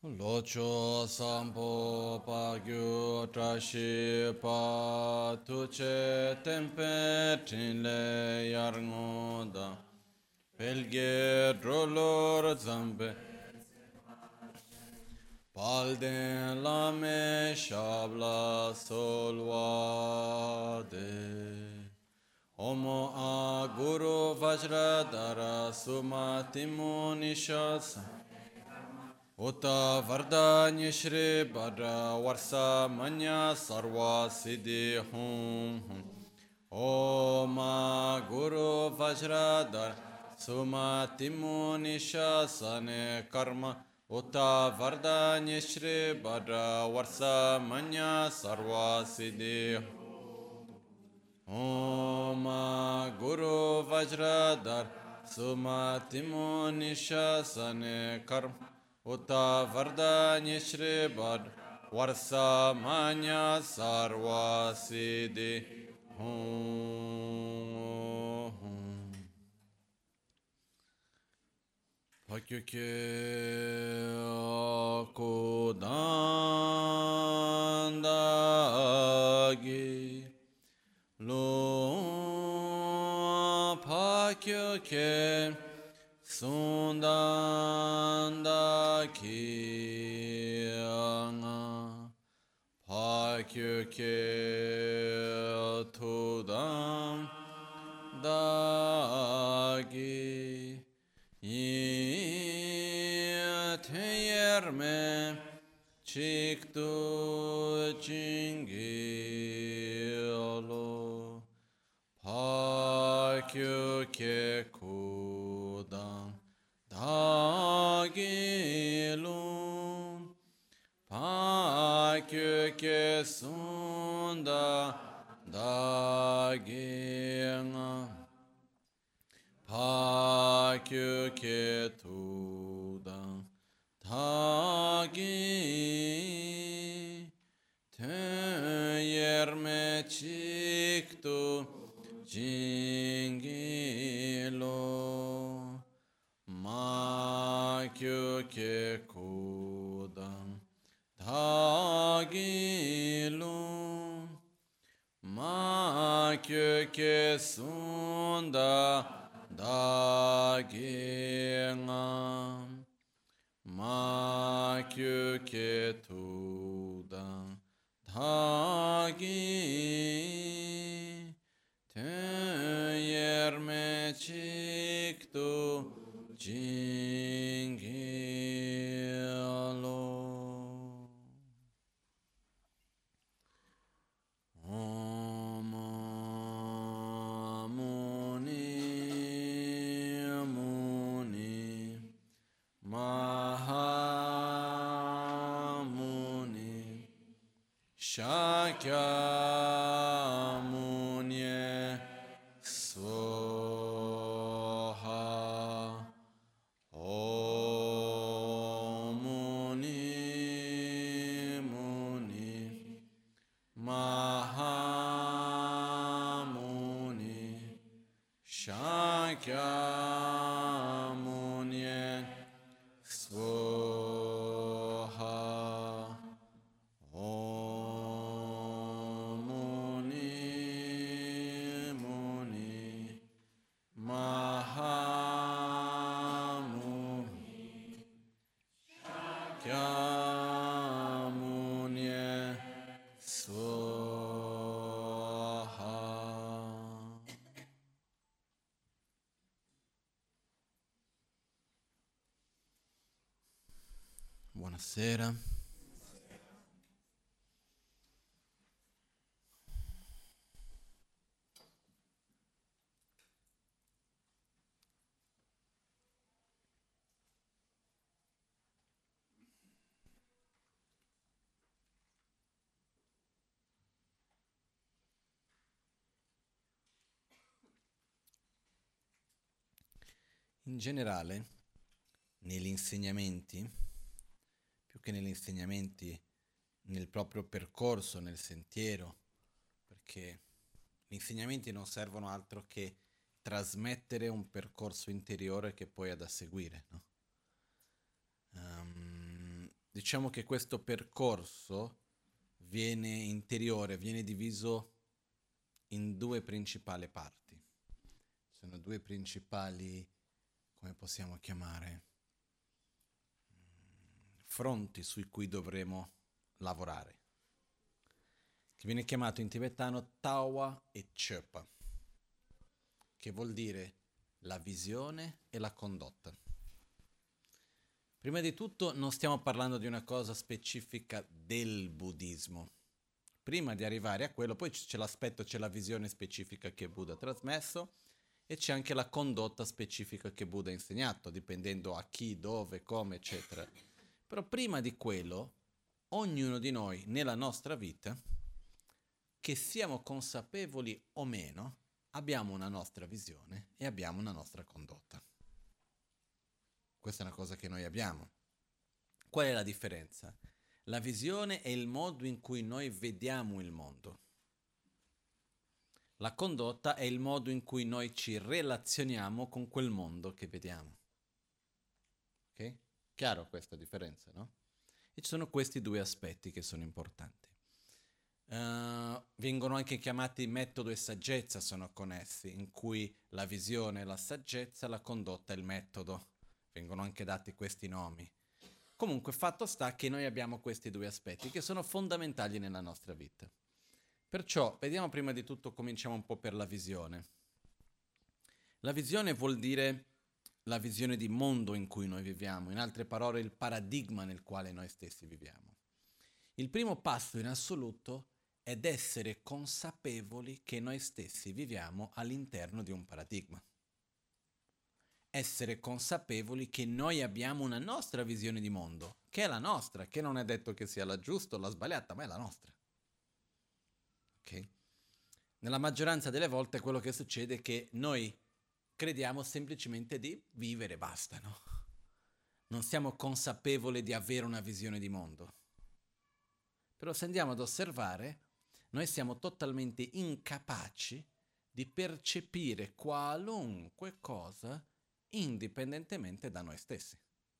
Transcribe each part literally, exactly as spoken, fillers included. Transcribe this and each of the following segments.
Locho sampo pa gyu trashi pa tuche tempe trinle yarngoda pelge drolor zambe palden lame shabla solvade Omo a guru vajra dara sumatimu nishasa Uta Vardanya Shri Bhadra Varsa Manya Sarva Siddhi Hum Hum Oma Guru Vajradhar Sumati Muni Shasane Karma Uta Vardanya Shri Bhadra Varsa Manya Sarva Siddhi Oma Guru Vajradhar Sumati Muni Shasane Karma Uta Vardanya Shri Bhad Varsa Manya Sarva Siddhi Hum Hum Pakyukye Akudandagi Lo Pakyukye Sundanda Kiyanga Pakyuke Tudam Dagi Yeteyerme Chiktu Chingilo Pakyuke Kudam Dagilum Pakyuke Sunda Daginga Pakyuke Tudam Dagi Teyerme Chiktu Jingilo Makyuke Kudam Dagilum Makyuke Sunda Dagingam Makyuke Tudam Dagi Teyerme Chiktu Jingilo Om Muni Muni Mahamuni Shakyamuni Swaha Om Muni Muni Mahamuni Shakyamuni Swaha Om Muni Muni Mahamuni Shakyamuni Swaha. Buonasera. In generale, negli insegnamenti, più che negli insegnamenti, nel proprio percorso, nel sentiero, perché gli insegnamenti non servono altro che trasmettere un percorso interiore che poi è da seguire, no? Um, diciamo che questo percorso viene interiore, viene diviso in due principali parti. Sono due principali, come possiamo chiamare, fronti su cui dovremo lavorare, che viene chiamato in tibetano Tawa e Chöpa, che vuol dire la visione e la condotta. Prima di tutto non stiamo parlando di una cosa specifica del buddismo. Prima di arrivare a quello, poi c'è l'aspetto, c'è la visione specifica che Buddha ha trasmesso e c'è anche la condotta specifica che Buddha ha insegnato, dipendendo a chi, dove, come, eccetera. Però prima di quello, ognuno di noi nella nostra vita, che siamo consapevoli o meno, abbiamo una nostra visione e abbiamo una nostra condotta. Questa è una cosa che noi abbiamo. Qual è la differenza? La visione è il modo in cui noi vediamo il mondo. La condotta è il modo in cui noi ci relazioniamo con quel mondo che vediamo. Ok? Chiaro questa differenza, no? E ci sono questi due aspetti che sono importanti. Uh, vengono anche chiamati metodo e saggezza, sono connessi, in cui la visione è la saggezza, la condotta è il metodo. Vengono anche dati questi nomi. Comunque, fatto sta che noi abbiamo questi due aspetti che sono fondamentali nella nostra vita. Perciò, vediamo prima di tutto, cominciamo un po' per la visione. La visione vuol dire la visione di mondo in cui noi viviamo, in altre parole il paradigma nel quale noi stessi viviamo. Il primo passo in assoluto è essere consapevoli che noi stessi viviamo all'interno di un paradigma. Essere consapevoli che noi abbiamo una nostra visione di mondo, che è la nostra, che non è detto che sia la giusta o la sbagliata, ma è la nostra. Ok? Nella maggioranza delle volte quello che succede è che noi crediamo semplicemente di vivere, basta, no? Non siamo consapevoli di avere una visione di mondo. Però se andiamo ad osservare, noi siamo totalmente incapaci di percepire qualunque cosa indipendentemente da noi stessi.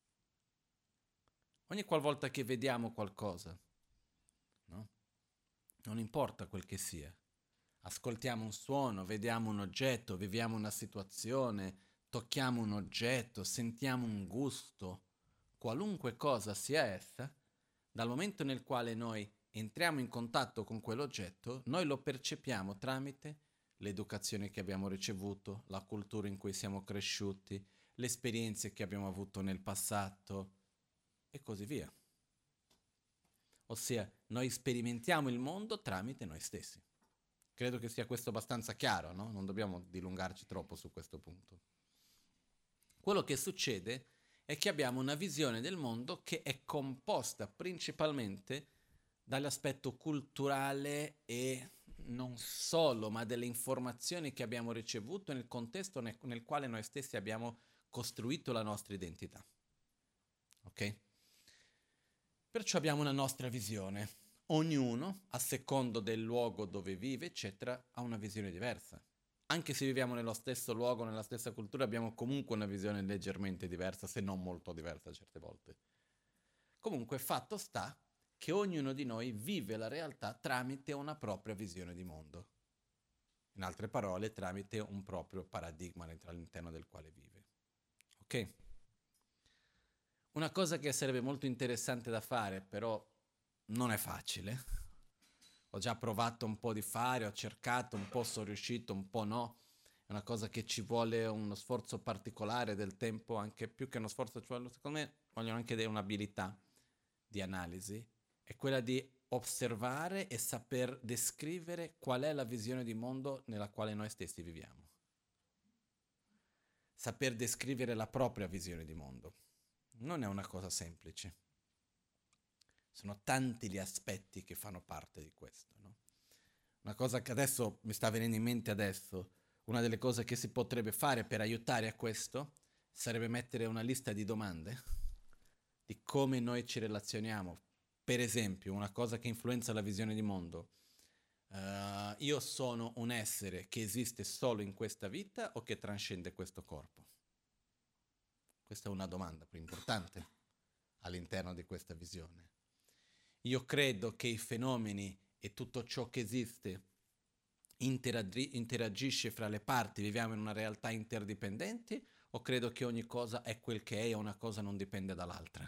Ogni qualvolta che vediamo qualcosa, no? Non importa quel che sia, ascoltiamo un suono, vediamo un oggetto, viviamo una situazione, tocchiamo un oggetto, sentiamo un gusto, qualunque cosa sia essa, dal momento nel quale noi entriamo in contatto con quell'oggetto, noi lo percepiamo tramite l'educazione che abbiamo ricevuto, la cultura in cui siamo cresciuti, le esperienze che abbiamo avuto nel passato e così via. Ossia, noi sperimentiamo il mondo tramite noi stessi. Credo che sia questo abbastanza chiaro, no? Non dobbiamo dilungarci troppo su questo punto. Quello che succede è che abbiamo una visione del mondo che è composta principalmente dall'aspetto culturale e non solo, ma delle informazioni che abbiamo ricevuto nel contesto nel, nel quale noi stessi abbiamo costruito la nostra identità. Ok? Perciò abbiamo una nostra visione. Ognuno, a secondo del luogo dove vive, eccetera, ha una visione diversa. Anche se viviamo nello stesso luogo, nella stessa cultura, abbiamo comunque una visione leggermente diversa, se non molto diversa certe volte. Comunque, fatto sta che ognuno di noi vive la realtà tramite una propria visione di mondo. In altre parole, tramite un proprio paradigma all'interno del quale vive. Ok? Una cosa che sarebbe molto interessante da fare, però non è facile. Ho già provato un po' di fare, ho cercato, un po' sono riuscito, un po' no. È una cosa che ci vuole uno sforzo particolare del tempo, anche più che uno sforzo, cioè, secondo me vogliono anche un'abilità di analisi. È quella di osservare e saper descrivere qual è la visione di mondo nella quale noi stessi viviamo. Saper descrivere la propria visione di mondo. Non è una cosa semplice. Sono tanti gli aspetti che fanno parte di questo, no? Una cosa che adesso mi sta venendo in mente adesso, una delle cose che si potrebbe fare per aiutare a questo sarebbe mettere una lista di domande di come noi ci relazioniamo. Per esempio, una cosa che influenza la visione di mondo. Uh, io sono un essere che esiste solo in questa vita o che trascende questo corpo? Questa è una domanda più importante. all'interno di questa visione. Io credo che i fenomeni e tutto ciò che esiste interagi- interagisce fra le parti, viviamo in una realtà interdipendente, o credo che ogni cosa è quel che è e una cosa non dipende dall'altra?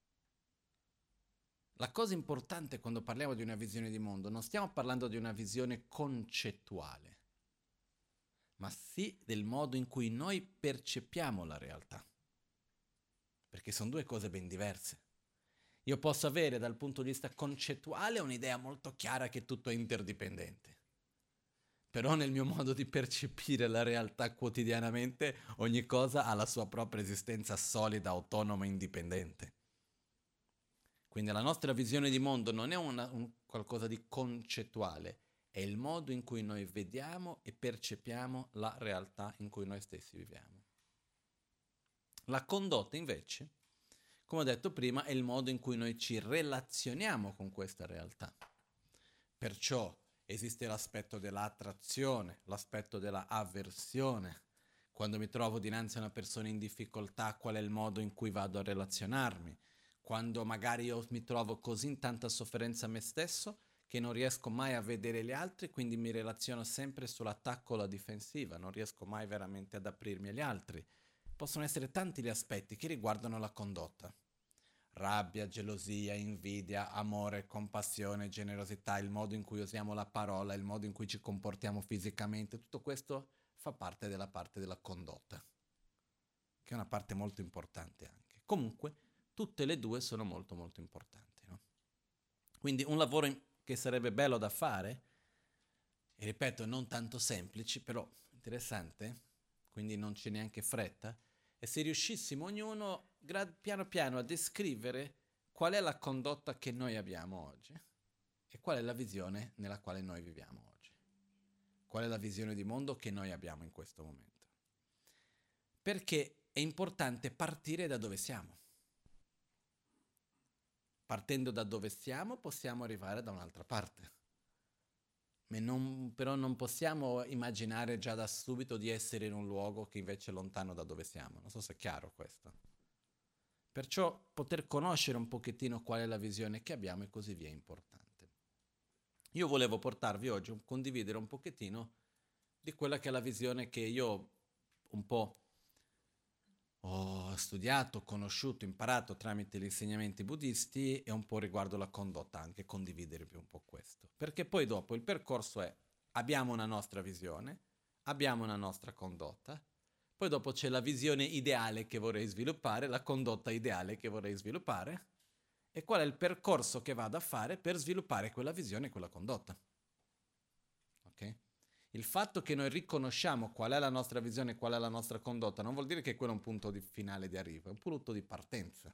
La cosa importante quando parliamo di una visione di mondo, non stiamo parlando di una visione concettuale, ma sì del modo in cui noi percepiamo la realtà. Perché sono due cose ben diverse. Io posso avere dal punto di vista concettuale un'idea molto chiara che tutto è interdipendente. Però nel mio modo di percepire la realtà quotidianamente, ogni cosa ha la sua propria esistenza solida, autonoma e indipendente. Quindi la nostra visione di mondo non è una, un qualcosa di concettuale, è il modo in cui noi vediamo e percepiamo la realtà in cui noi stessi viviamo. La condotta invece, come ho detto prima, è il modo in cui noi ci relazioniamo con questa realtà. Perciò esiste l'aspetto dell'attrazione, l'aspetto della avversione. Quando mi trovo dinanzi a una persona in difficoltà, qual è il modo in cui vado a relazionarmi? Quando magari io mi trovo così in tanta sofferenza a me stesso che non riesco mai a vedere gli altri, quindi mi relaziono sempre sull'attacco o la difensiva, non riesco mai veramente ad aprirmi agli altri. Possono essere tanti gli aspetti che riguardano la condotta. Rabbia, gelosia, invidia, amore, compassione, generosità, il modo in cui usiamo la parola, il modo in cui ci comportiamo fisicamente, tutto questo fa parte della parte della condotta, che è una parte molto importante anche. Comunque, tutte le due sono molto molto importanti, no? Quindi un lavoro in- che sarebbe bello da fare, e ripeto, non tanto semplice, però interessante, quindi non c'è neanche fretta, e se riuscissimo ognuno gra- piano piano a descrivere qual è la condotta che noi abbiamo oggi e qual è la visione nella quale noi viviamo oggi. Qual è la visione di mondo che noi abbiamo in questo momento. Perché è importante partire da dove siamo. Partendo da dove siamo possiamo arrivare da un'altra parte. Ma non, però non possiamo immaginare già da subito di essere in un luogo che invece è lontano da dove siamo. Non so se è chiaro questo. Perciò poter conoscere un pochettino qual è la visione che abbiamo e così via è importante. Io volevo portarvi oggi, a condividere un pochettino di quella che è la visione che io un po' ho studiato, conosciuto, imparato tramite gli insegnamenti buddisti e un po' riguardo la condotta, anche condividervi un po' questo. Perché poi dopo il percorso è, abbiamo una nostra visione, abbiamo una nostra condotta, poi dopo c'è la visione ideale che vorrei sviluppare, la condotta ideale che vorrei sviluppare, e qual è il percorso che vado a fare per sviluppare quella visione e quella condotta. Ok? Il fatto che noi riconosciamo qual è la nostra visione e qual è la nostra condotta non vuol dire che quello è un punto di finale di arrivo, è un punto di partenza.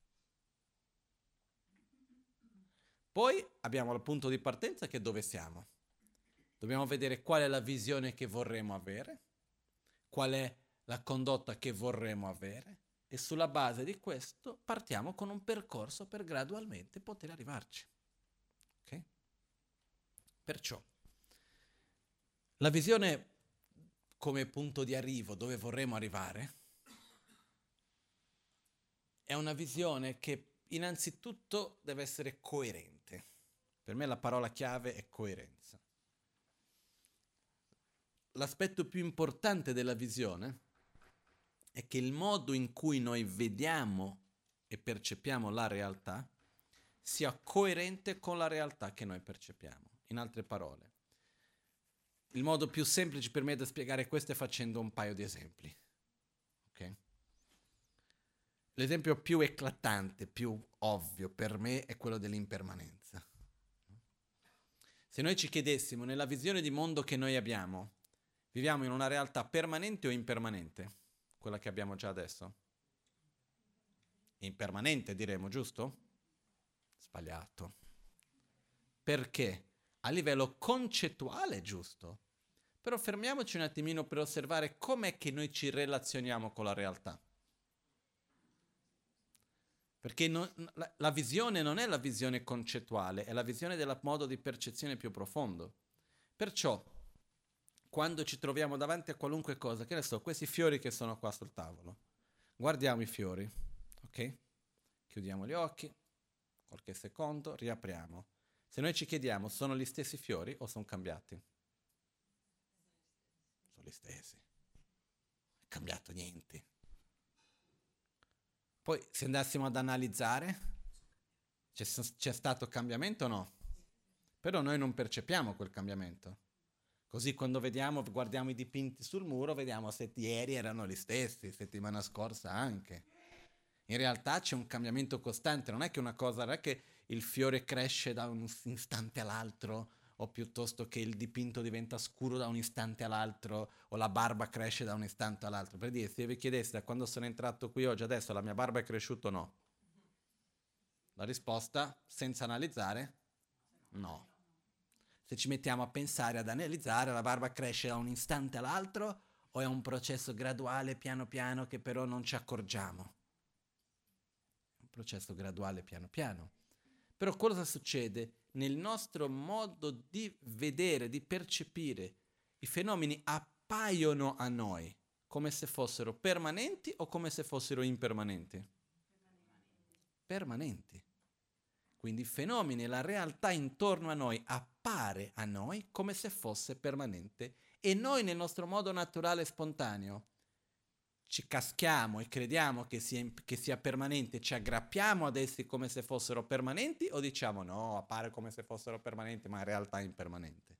Poi abbiamo il punto di partenza che è dove siamo. Dobbiamo vedere qual è la visione che vorremmo avere, qual è la condotta che vorremmo avere e sulla base di questo partiamo con un percorso per gradualmente poter arrivarci. Ok? Perciò la visione come punto di arrivo, dove vorremmo arrivare, è una visione che innanzitutto deve essere coerente. Per me la parola chiave è coerenza. L'aspetto più importante della visione è che il modo in cui noi vediamo e percepiamo la realtà sia coerente con la realtà che noi percepiamo. In altre parole, il modo più semplice per me da spiegare questo è facendo un paio di esempi. Ok? L'esempio più eclatante, più ovvio per me è quello dell'impermanenza. Se noi ci chiedessimo nella visione di mondo che noi abbiamo, viviamo in una realtà permanente o impermanente? Quella che abbiamo già adesso? Impermanente diremo, giusto? Sbagliato. Perché? A livello concettuale è giusto. Però fermiamoci un attimino per osservare com'è che noi ci relazioniamo con la realtà. Perché non, la, la visione non è la visione concettuale, è la visione del modo di percezione più profondo. Perciò, quando ci troviamo davanti a qualunque cosa, che ne so, questi fiori che sono qua sul tavolo, guardiamo i fiori, ok? chiudiamo gli occhi, qualche secondo, riapriamo. Se noi ci chiediamo, sono gli stessi fiori o sono cambiati? Sono gli stessi. Non è cambiato niente. Poi se andassimo ad analizzare, c'è, c'è stato cambiamento o no? Però noi non percepiamo quel cambiamento. Così quando vediamo, guardiamo i dipinti sul muro, vediamo se ieri erano gli stessi, settimana scorsa anche. In realtà c'è un cambiamento costante, non è che una cosa, non è che il fiore cresce da un istante all'altro, o piuttosto che il dipinto diventa scuro da un istante all'altro, o la barba cresce da un istante all'altro. Per dire, se vi chiedeste da quando sono entrato qui oggi, adesso la mia barba è cresciuta o no? La risposta, senza analizzare, no. Se ci mettiamo a pensare, ad analizzare, la barba cresce da un istante all'altro o è un processo graduale, piano piano, che però non ci accorgiamo? È un processo graduale, piano piano. Però cosa succede? Nel nostro modo di vedere, di percepire, i fenomeni appaiono a noi come se fossero permanenti o come se fossero impermanenti? Permanenti. Quindi i fenomeni, la realtà intorno a noi appare a noi come se fosse permanente e noi nel nostro modo naturale e spontaneo ci caschiamo e crediamo che sia, che sia permanente, ci aggrappiamo ad essi come se fossero permanenti o diciamo no, appare come se fossero permanenti ma in realtà è impermanente.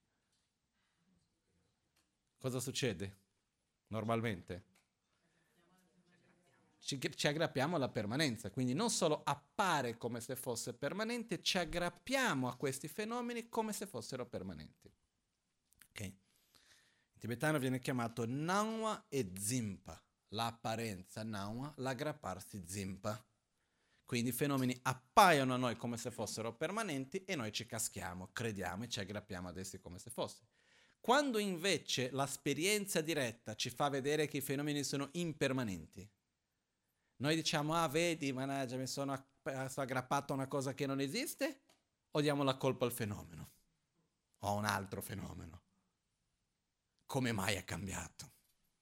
Cosa succede normalmente? Ci, ci aggrappiamo alla permanenza, quindi non solo appare come se fosse permanente, ci aggrappiamo a questi fenomeni come se fossero permanenti. Okay? In tibetano viene chiamato Nawa e Zimpa, l'apparenza Nawa, l'aggrapparsi Zimpa. Quindi i fenomeni appaiono a noi come se fossero permanenti e noi ci caschiamo, crediamo e ci aggrappiamo ad essi come se fossero. Quando invece l'esperienza diretta ci fa vedere che i fenomeni sono impermanenti, noi diciamo, ah vedi, mannaggia, mi sono aggrappato a una cosa che non esiste, o diamo la colpa al fenomeno? O a un altro fenomeno? Come mai è cambiato?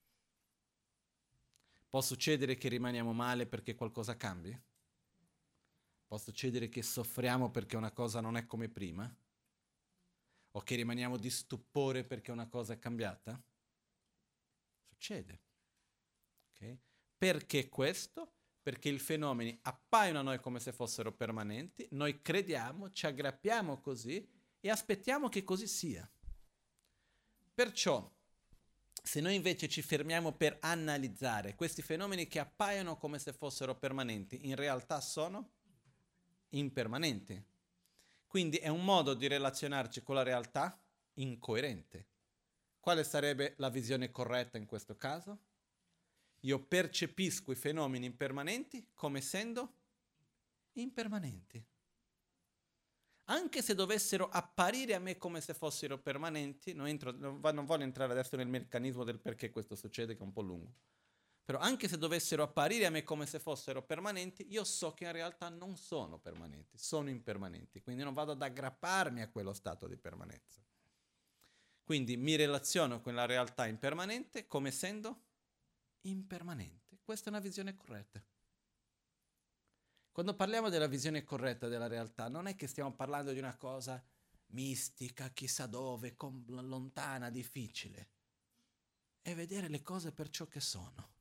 Può succedere che rimaniamo male perché qualcosa cambi? Può succedere che soffriamo perché una cosa non è come prima? O che rimaniamo di stupore perché una cosa è cambiata? Succede. Ok? Perché questo? Perché i fenomeni appaiono a noi come se fossero permanenti, noi crediamo, ci aggrappiamo così e aspettiamo che così sia. Perciò, se noi invece ci fermiamo per analizzare questi fenomeni che appaiono come se fossero permanenti, in realtà sono impermanenti. Quindi è un modo di relazionarci con la realtà incoerente. Quale sarebbe la visione corretta in questo caso? Io percepisco i fenomeni impermanenti come essendo impermanenti. Anche se dovessero apparire a me come se fossero permanenti, non, entro, non voglio entrare adesso nel meccanismo del perché questo succede, che è un po' lungo, però anche se dovessero apparire a me come se fossero permanenti, io so che in realtà non sono permanenti, sono impermanenti, quindi non vado ad aggrapparmi a quello stato di permanenza. Quindi mi relaziono con la realtà impermanente come essendo impermanente. Questa è una visione corretta. Quando parliamo della visione corretta della realtà, non è che stiamo parlando di una cosa mistica, chissà dove, con, lontana, difficile. È vedere le cose per ciò che sono.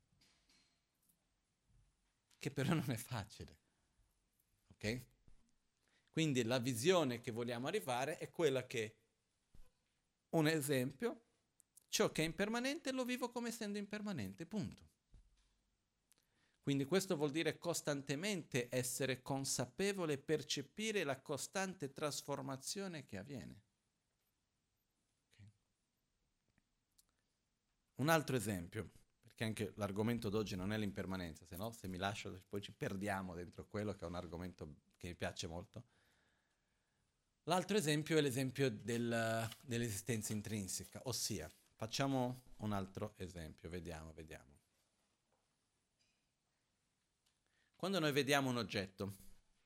Che però non è facile. Ok? Quindi la visione che vogliamo arrivare è quella che, un esempio, ciò che è impermanente lo vivo come essendo impermanente, punto. Quindi questo vuol dire costantemente essere consapevole e percepire la costante trasformazione che avviene. Okay. Un altro esempio, perché anche l'argomento d'oggi non è l'impermanenza, se no se mi lascio poi ci perdiamo dentro quello che è un argomento che mi piace molto. L'altro esempio è l'esempio del, dell'esistenza intrinseca, ossia, facciamo un altro esempio, vediamo, vediamo. Quando noi vediamo un oggetto,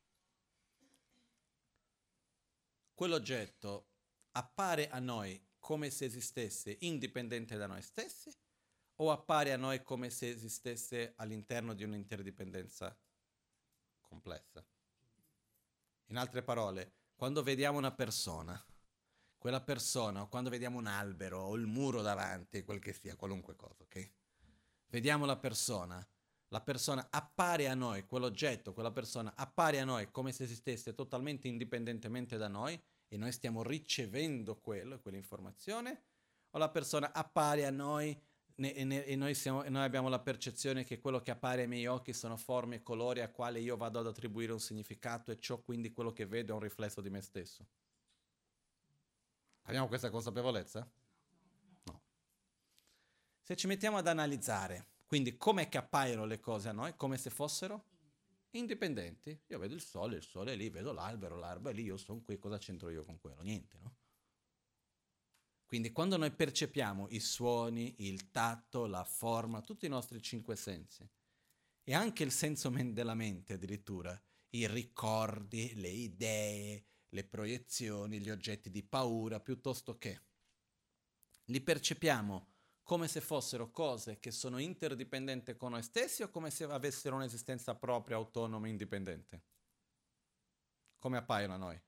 quell'oggetto appare a noi come se esistesse indipendente da noi stessi o appare a noi come se esistesse all'interno di un'interdipendenza complessa. In altre parole, quando vediamo una persona, quella persona, o quando vediamo un albero o il muro davanti, quel che sia, qualunque cosa, ok? Vediamo la persona, la persona appare a noi, quell'oggetto, quella persona appare a noi come se esistesse totalmente indipendentemente da noi e noi stiamo ricevendo quello, quell'informazione, o la persona appare a noi ne, e, ne, e, noi siamo, e noi abbiamo la percezione che quello che appare ai miei occhi sono forme e colori a quale io vado ad attribuire un significato e ciò quindi quello che vedo è un riflesso di me stesso. Abbiamo questa consapevolezza? No. Se ci mettiamo ad analizzare, quindi com'è che appaiono le cose a noi, come se fossero indipendenti. Io vedo il sole, il sole è lì, vedo l'albero, l'albero è lì, io sono qui, cosa c'entro io con quello? Niente, no? Quindi quando noi percepiamo i suoni, il tatto, la forma, tutti i nostri cinque sensi, e anche il senso men- della mente addirittura, i ricordi, le idee, le proiezioni, gli oggetti di paura, piuttosto che li percepiamo come se fossero cose che sono interdipendenti con noi stessi o come se avessero un'esistenza propria, autonoma e indipendente? Come appaiono a noi?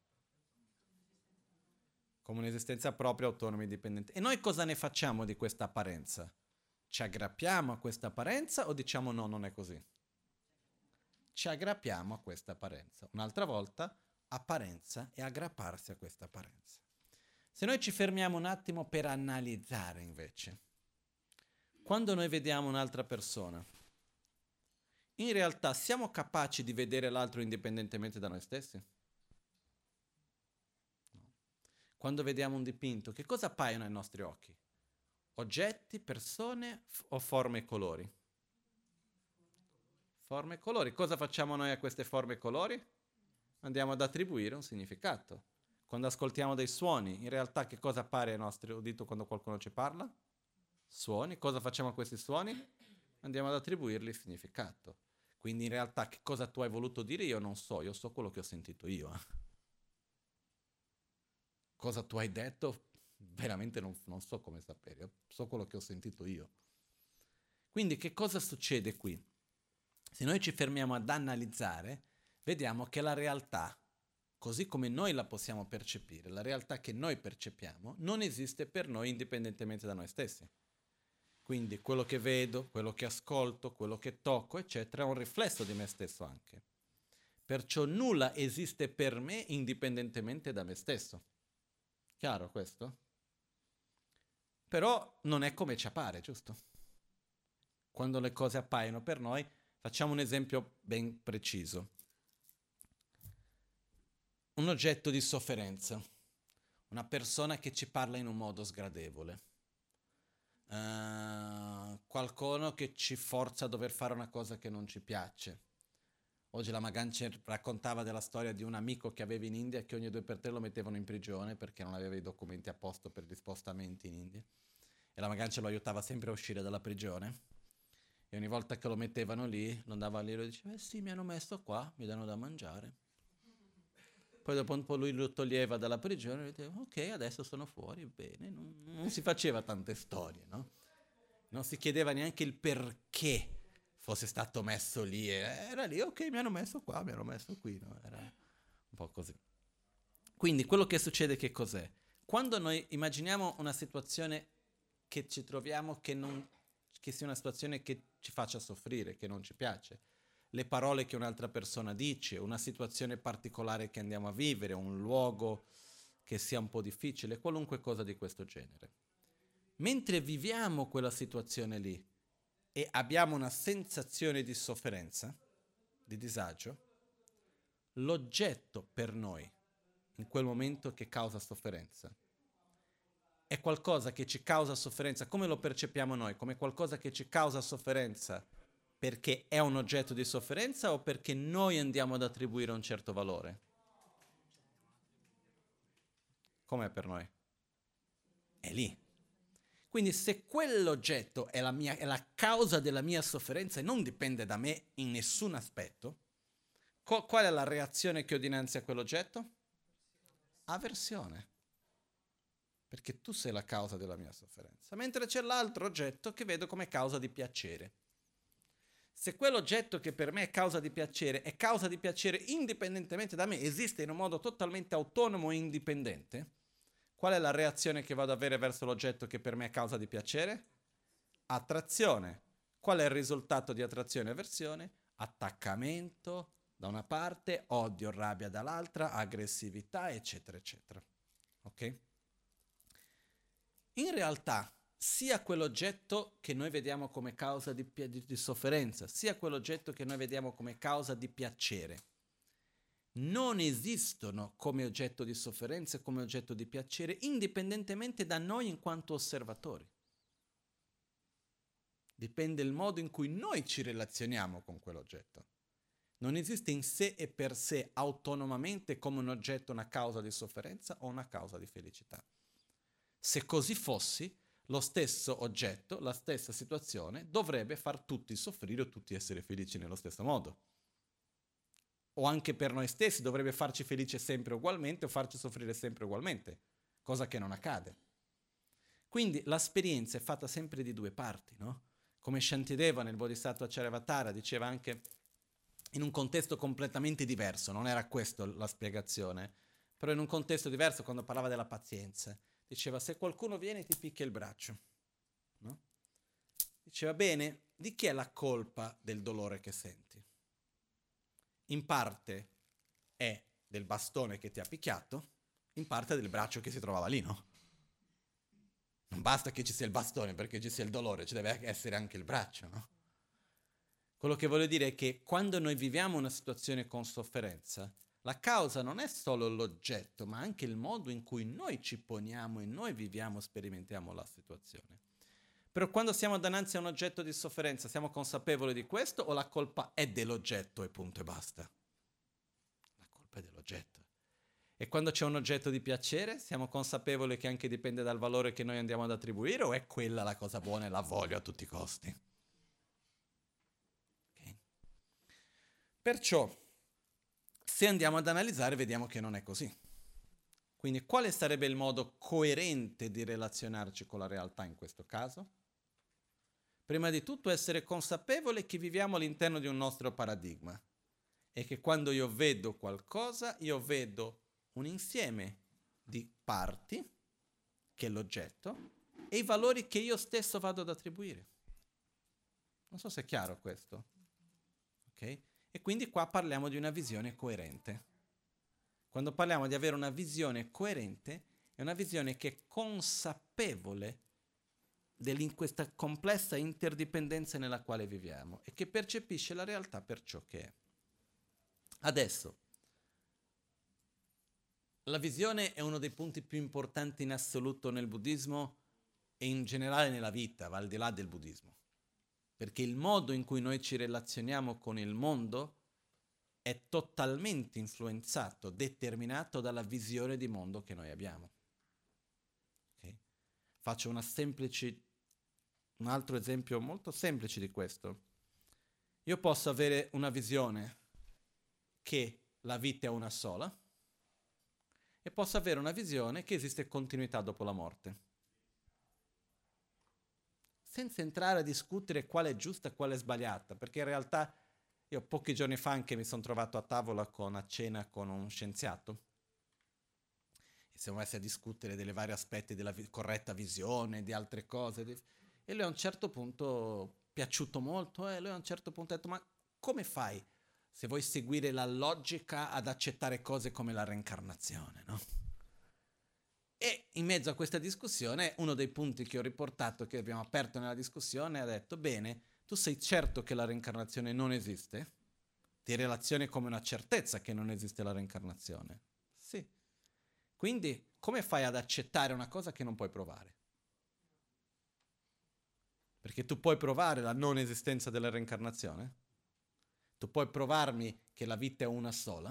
Come un'esistenza propria, autonoma e indipendente. E noi cosa ne facciamo di questa apparenza? Ci aggrappiamo a questa apparenza o diciamo no, non è così? Ci aggrappiamo a questa apparenza. Un'altra volta, apparenza e aggrapparsi a questa apparenza. Se noi ci fermiamo un attimo per analizzare invece, quando noi vediamo un'altra persona, in realtà siamo capaci di vedere l'altro indipendentemente da noi stessi? No. Quando vediamo un dipinto, che cosa appaiono ai nostri occhi? Oggetti, persone f- o forme e colori? Forme e colori. Cosa facciamo noi a queste forme e colori? Andiamo ad attribuire un significato. Quando ascoltiamo dei suoni, in realtà che cosa appare ai nostri udito quando qualcuno ci parla? Suoni. Cosa facciamo a questi suoni? Andiamo ad attribuirli significato. Quindi in realtà che cosa tu hai voluto dire io non so, io so quello che ho sentito io. Cosa tu hai detto veramente non, non so come sapere, io so quello che ho sentito io. Quindi che cosa succede qui? Se noi ci fermiamo ad analizzare, vediamo che la realtà, così come noi la possiamo percepire, la realtà che noi percepiamo, non esiste per noi indipendentemente da noi stessi. Quindi quello che vedo, quello che ascolto, quello che tocco, eccetera, è un riflesso di me stesso anche. Perciò nulla esiste per me indipendentemente da me stesso. Chiaro questo? Però non è come ci appare, giusto? Quando le cose appaiono per noi, facciamo un esempio ben preciso. Un oggetto di sofferenza, una persona che ci parla in un modo sgradevole, uh, qualcuno che ci forza a dover fare una cosa che non ci piace. Oggi la Magan ci raccontava della storia di un amico che aveva in India che ogni due per tre lo mettevano in prigione perché non aveva i documenti a posto per gli spostamenti in India. E la Magan ce lo aiutava sempre a uscire dalla prigione. E ogni volta che lo mettevano lì, lo andava lì e lo diceva, eh sì, mi hanno messo qua, mi danno da mangiare. Poi dopo un po' lui lo toglieva dalla prigione e diceva, ok, adesso sono fuori, bene. Non, non si faceva tante storie, no? Non si chiedeva neanche il perché fosse stato messo lì. Era lì, ok, mi hanno messo qua, mi hanno messo qui, no? Era un po' così. Quindi quello che succede che cos'è? Quando noi immaginiamo una situazione che ci troviamo che non... che sia una situazione che ci faccia soffrire, che non ci piace, le parole che un'altra persona dice, una situazione particolare che andiamo a vivere, un luogo che sia un po' difficile, qualunque cosa di questo genere. Mentre viviamo quella situazione lì e abbiamo una sensazione di sofferenza, di disagio, l'oggetto per noi, in quel momento che causa sofferenza, è qualcosa che ci causa sofferenza, come lo percepiamo noi? Come qualcosa che ci causa sofferenza perché è un oggetto di sofferenza o perché noi andiamo ad attribuire un certo valore? Com'è per noi? È lì. Quindi se quell'oggetto è la, mia, è la causa della mia sofferenza e non dipende da me in nessun aspetto, co- qual è la reazione che ho dinanzi a quell'oggetto? Aversione. Perché tu sei la causa della mia sofferenza, mentre c'è l'altro oggetto che vedo come causa di piacere. Se quell'oggetto che per me è causa di piacere è causa di piacere indipendentemente da me, esiste in un modo totalmente autonomo e indipendente, qual è la reazione che vado ad avere verso l'oggetto che per me è causa di piacere? Attrazione. Qual è il risultato di attrazione e avversione? Attaccamento da una parte, odio, rabbia dall'altra, aggressività, eccetera, eccetera. Ok? In realtà, sia quell'oggetto che noi vediamo come causa di, di, di sofferenza, sia quell'oggetto che noi vediamo come causa di piacere, non esistono come oggetto di sofferenza e come oggetto di piacere, indipendentemente da noi in quanto osservatori. Dipende il modo in cui noi ci relazioniamo con quell'oggetto. Non esiste in sé e per sé autonomamente come un oggetto una causa di sofferenza o una causa di felicità. Se così fossi, lo stesso oggetto, la stessa situazione, dovrebbe far tutti soffrire o tutti essere felici nello stesso modo. O anche per noi stessi dovrebbe farci felice sempre ugualmente o farci soffrire sempre ugualmente, cosa che non accade. Quindi l'esperienza è fatta sempre di due parti, no? Come Shantideva nel Bodhisattva Charyavatara diceva anche in un contesto completamente diverso, non era questa la spiegazione, però in un contesto diverso quando parlava della pazienza, diceva se qualcuno viene e ti picchia il braccio, no? Diceva bene, di chi è la colpa del dolore che senti? In parte è del bastone che ti ha picchiato, in parte del braccio che si trovava lì, no? Non basta che ci sia il bastone perché ci sia il dolore, ci deve essere anche il braccio, no? Quello che voglio dire è che quando noi viviamo una situazione con sofferenza, la causa non è solo l'oggetto, ma anche il modo in cui noi ci poniamo e noi viviamo, sperimentiamo la situazione. Però quando siamo davanti a un oggetto di sofferenza, siamo consapevoli di questo o la colpa è dell'oggetto e punto e basta? La colpa è dell'oggetto. E quando c'è un oggetto di piacere, siamo consapevoli che anche dipende dal valore che noi andiamo ad attribuire o è quella la cosa buona e la voglio a tutti i costi? Okay. Perciò, se andiamo ad analizzare, vediamo che non è così. Quindi quale sarebbe il modo coerente di relazionarci con la realtà in questo caso? Prima di tutto essere consapevoli che viviamo all'interno di un nostro paradigma e che quando io vedo qualcosa, io vedo un insieme di parti, che è l'oggetto, e i valori che io stesso vado ad attribuire. Non so se è chiaro questo. Ok? E quindi qua parliamo di una visione coerente. Quando parliamo di avere una visione coerente, è una visione che è consapevole di questa complessa interdipendenza nella quale viviamo e che percepisce la realtà per ciò che è. Adesso, la visione è uno dei punti più importanti in assoluto nel buddismo e in generale nella vita, va al di là del buddismo. Perché il modo in cui noi ci relazioniamo con il mondo è totalmente influenzato, determinato dalla visione di mondo che noi abbiamo. Okay? Faccio una semplice, un altro esempio molto semplice di questo. Io posso avere una visione che la vita è una sola e posso avere una visione che esiste continuità dopo la morte. Senza entrare a discutere quale è giusta e quale è sbagliata, perché in realtà io pochi giorni fa anche mi sono trovato a tavola con, a cena con un scienziato e siamo messi a discutere dei vari aspetti della vi- corretta visione, di altre cose, di... e lui a un certo punto, piaciuto molto, e lui a un certo punto ha detto, ma come fai se vuoi seguire la logica ad accettare cose come la reincarnazione, no? E in mezzo a questa discussione, uno dei punti che ho riportato, che abbiamo aperto nella discussione, ha detto, bene, tu sei certo che la reincarnazione non esiste? Ti relazioni come una certezza che non esiste la reincarnazione? Sì. Quindi, come fai ad accettare una cosa che non puoi provare? Perché tu puoi provare la non esistenza della reincarnazione? Tu puoi provarmi che la vita è una sola?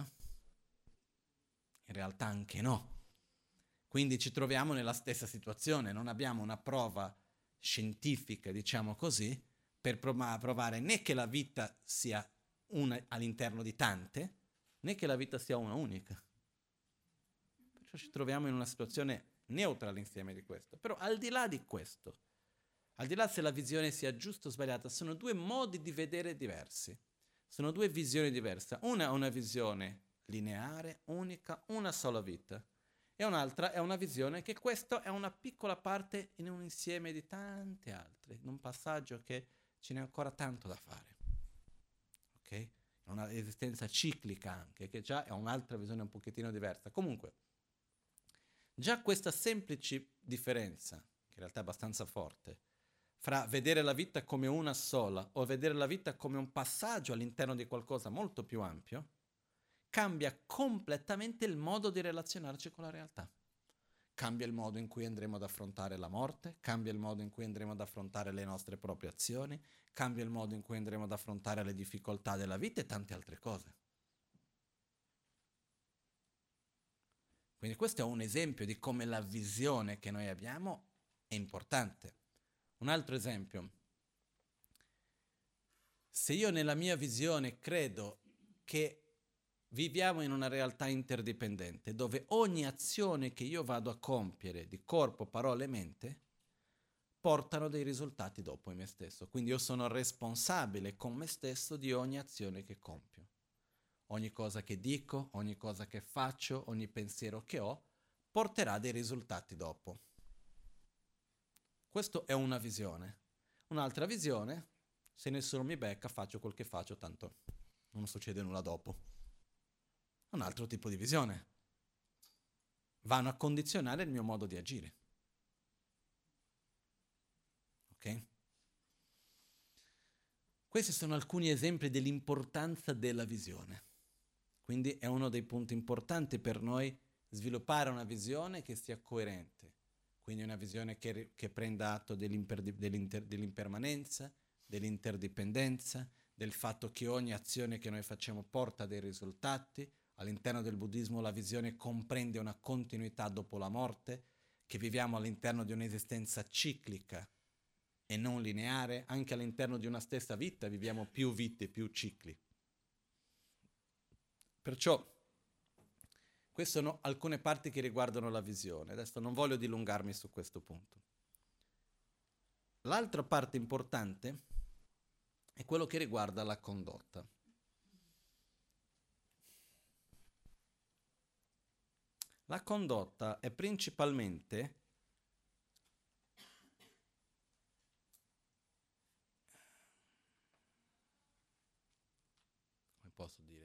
In realtà anche no. Quindi ci troviamo nella stessa situazione, non abbiamo una prova scientifica, diciamo così, per provare né che la vita sia una all'interno di tante, né che la vita sia una unica. Perciò ci troviamo in una situazione neutra all'insieme di questo. Però al di là di questo, Al di là se la visione sia giusta o sbagliata, sono due modi di vedere diversi. Sono due visioni diverse. Una è una visione lineare, unica, una sola vita. E un'altra è una visione che questa è una piccola parte in un insieme di tante altre, in un passaggio che ce n'è ancora tanto da fare. Ok? È una esistenza ciclica anche, che già è un'altra visione un pochettino diversa. Comunque, già questa semplice differenza, che in realtà è abbastanza forte, fra vedere la vita come una sola o vedere la vita come un passaggio all'interno di qualcosa molto più ampio, cambia completamente il modo di relazionarci con la realtà. Cambia il modo in cui andremo ad affrontare la morte, cambia il modo in cui andremo ad affrontare le nostre proprie azioni, cambia il modo in cui andremo ad affrontare le difficoltà della vita e tante altre cose. Quindi questo è un esempio di come la visione che noi abbiamo è importante. Un altro esempio. Se io nella mia visione credo che viviamo in una realtà interdipendente, dove ogni azione che io vado a compiere di corpo, parole e mente portano dei risultati dopo in me stesso. Quindi io sono responsabile con me stesso di ogni azione che compio. Ogni cosa che dico, ogni cosa che faccio, ogni pensiero che ho, porterà dei risultati dopo. Questa è una visione. Un'altra visione, se nessuno mi becca, faccio quel che faccio, tanto non succede nulla dopo. Un altro tipo di visione. Vanno a condizionare il mio modo di agire. Ok? Questi sono alcuni esempi dell'importanza della visione. Quindi è uno dei punti importanti per noi sviluppare una visione che sia coerente. Quindi una visione che, che prenda atto dell'imper, dell'inter, dell'impermanenza, dell'interdipendenza, del fatto che ogni azione che noi facciamo porta dei risultati. All'interno del buddismo la visione comprende una continuità dopo la morte, che viviamo all'interno di un'esistenza ciclica e non lineare. Anche all'interno di una stessa vita viviamo più vite, più cicli. Perciò queste sono alcune parti che riguardano la visione. Adesso non voglio dilungarmi su questo punto. L'altra parte importante è quello che riguarda la condotta. La condotta è principalmente come posso dire?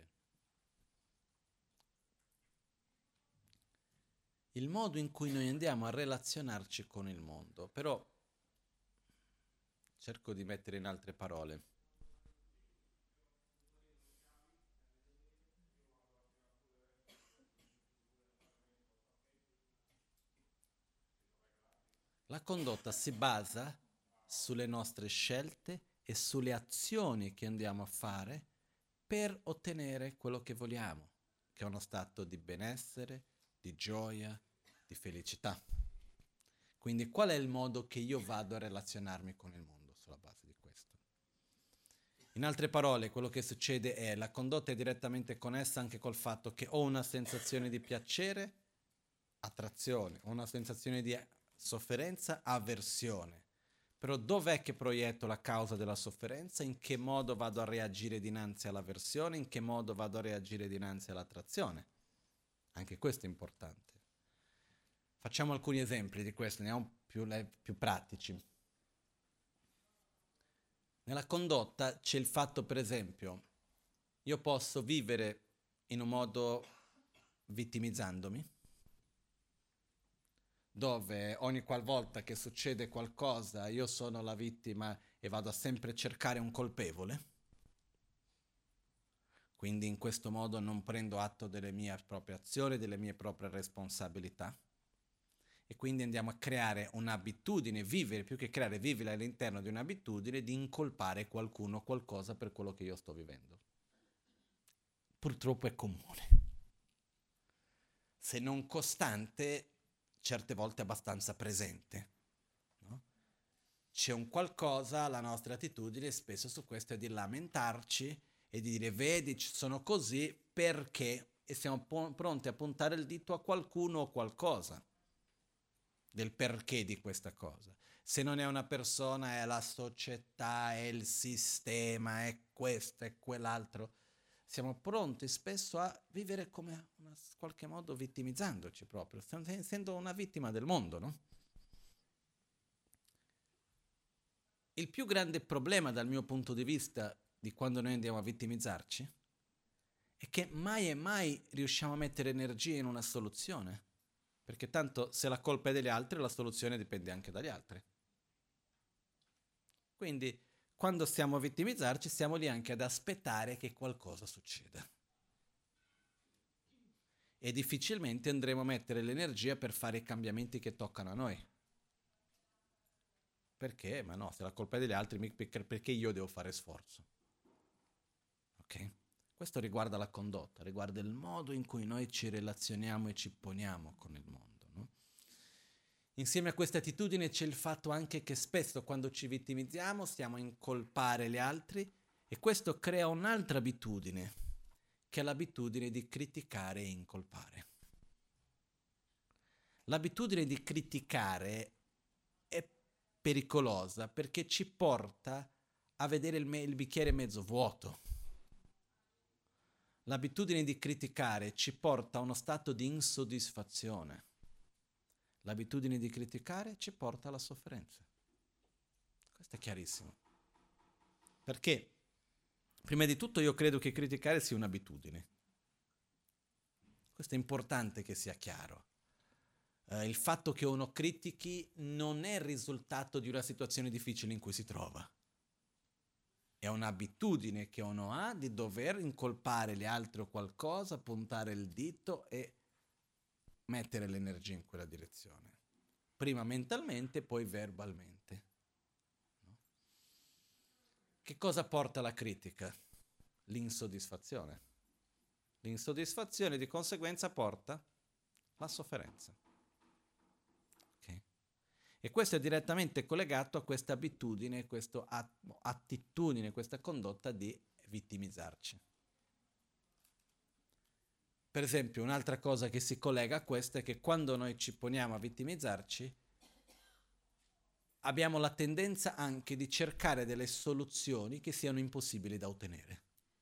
Il modo in cui noi andiamo a relazionarci con il mondo, però cerco di mettere in altre parole. La condotta si basa sulle nostre scelte e sulle azioni che andiamo a fare per ottenere quello che vogliamo, che è uno stato di benessere, di gioia, di felicità. Quindi qual è il modo che io vado a relazionarmi con il mondo sulla base di questo? In altre parole, quello che succede è la condotta è direttamente connessa anche col fatto che ho una sensazione di piacere, attrazione, ho una sensazione di sofferenza, avversione. Però dov'è che proietto la causa della sofferenza? In che modo vado a reagire dinanzi all'avversione? In che modo vado a reagire dinanzi all'attrazione? Anche questo è importante. Facciamo alcuni esempi di questo, andiamo più, più pratici. Nella condotta c'è il fatto, per esempio, io posso vivere in un modo vittimizzandomi, dove ogni qualvolta che succede qualcosa io sono la vittima e vado a sempre cercare un colpevole. Quindi in questo modo non prendo atto delle mie proprie azioni, delle mie proprie responsabilità. E quindi andiamo a creare un'abitudine, vivere, più che creare, vivere all'interno di un'abitudine di incolpare qualcuno o qualcosa per quello che io sto vivendo. Purtroppo è comune. Se non costante, certe volte abbastanza presente. No? C'è un qualcosa, la nostra attitudine spesso su questo è di lamentarci e di dire vedi, sono così perché, e siamo po- pronti a puntare il dito a qualcuno o qualcosa del perché di questa cosa. Se non è una persona, è la società, è il sistema, è questo, è quell'altro. Siamo pronti spesso a vivere come, in qualche modo, vittimizzandoci proprio, essendo una vittima del mondo, no? Il più grande problema dal mio punto di vista di quando noi andiamo a vittimizzarci è che mai e mai riusciamo a mettere energia in una soluzione, perché tanto se la colpa è degli altri, la soluzione dipende anche dagli altri. Quindi quando stiamo a vittimizzarci stiamo lì anche ad aspettare che qualcosa succeda. E difficilmente andremo a mettere l'energia per fare i cambiamenti che toccano a noi. Perché? Ma no, se la colpa è degli altri, perché io devo fare sforzo? Ok? Questo riguarda la condotta, riguarda il modo in cui noi ci relazioniamo e ci poniamo con il mondo. No? Insieme a questa attitudine c'è il fatto anche che spesso quando ci vittimizziamo stiamo a incolpare gli altri e questo crea un'altra abitudine, che è l'abitudine di criticare e incolpare. L'abitudine di criticare è pericolosa perché ci porta a vedere il, me- il bicchiere mezzo vuoto. L'abitudine di criticare ci porta a uno stato di insoddisfazione. L'abitudine di criticare ci porta alla sofferenza. Questo è chiarissimo. Perché, prima di tutto, io credo che criticare sia un'abitudine. Questo è importante che sia chiaro. Uh, il fatto che uno critichi non è il risultato di una situazione difficile in cui si trova. È un'abitudine che uno ha di dover incolpare gli altri o qualcosa, puntare il dito e mettere l'energia in quella direzione. Prima mentalmente, poi verbalmente. No? Che cosa porta la critica? L'insoddisfazione. L'insoddisfazione di conseguenza porta la sofferenza. E questo è direttamente collegato a questa abitudine, questa attitudine, questa condotta di vittimizzarci. Per esempio, un'altra cosa che si collega a questo è che quando noi ci poniamo a vittimizzarci, abbiamo la tendenza anche di cercare delle soluzioni che siano impossibili da ottenere.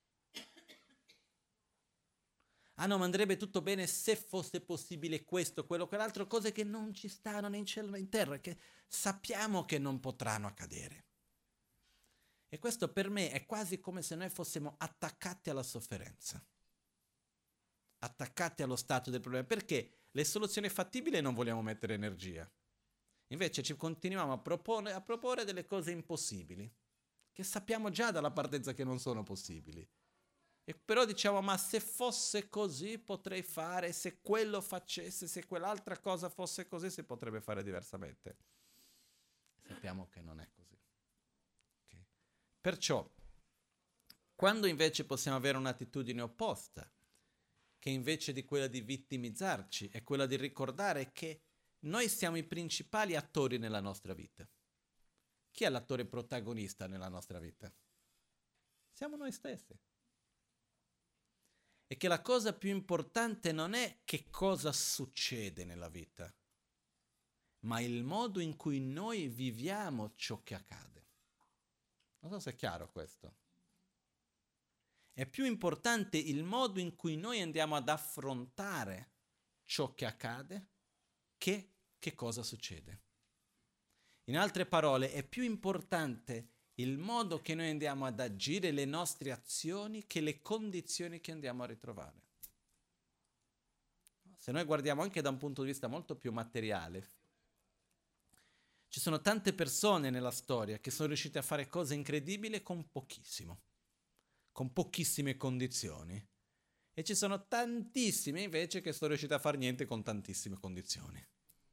Ah no, ma andrebbe tutto bene se fosse possibile questo, quello, quell'altro, cose che non ci stanno né in cielo né in terra, che sappiamo che non potranno accadere. E questo per me è quasi come se noi fossimo attaccati alla sofferenza, attaccati allo stato del problema, perché le soluzioni fattibili non vogliamo mettere energia. Invece ci continuiamo a proporre, a proporre delle cose impossibili, che sappiamo già dalla partenza che non sono possibili. E però diciamo, ma se fosse così potrei fare, se quello facesse, se quell'altra cosa fosse così, si potrebbe fare diversamente. Sappiamo che non è così. Okay. Perciò, quando invece possiamo avere un'attitudine opposta, che invece di quella di vittimizzarci, è quella di ricordare che noi siamo i principali attori nella nostra vita. Chi è l'attore protagonista nella nostra vita? Siamo noi stessi. E che la cosa più importante non è che cosa succede nella vita, ma il modo in cui noi viviamo ciò che accade. Non so se è chiaro questo. È più importante il modo in cui noi andiamo ad affrontare ciò che accade che che cosa succede. In altre parole, è più importante il modo che noi andiamo ad agire, le nostre azioni, che le condizioni che andiamo a ritrovare. Se noi guardiamo anche da un punto di vista molto più materiale, ci sono tante persone nella storia che sono riuscite a fare cose incredibili con pochissimo, con pochissime condizioni, e ci sono tantissime invece che sono riuscite a fare niente con tantissime condizioni.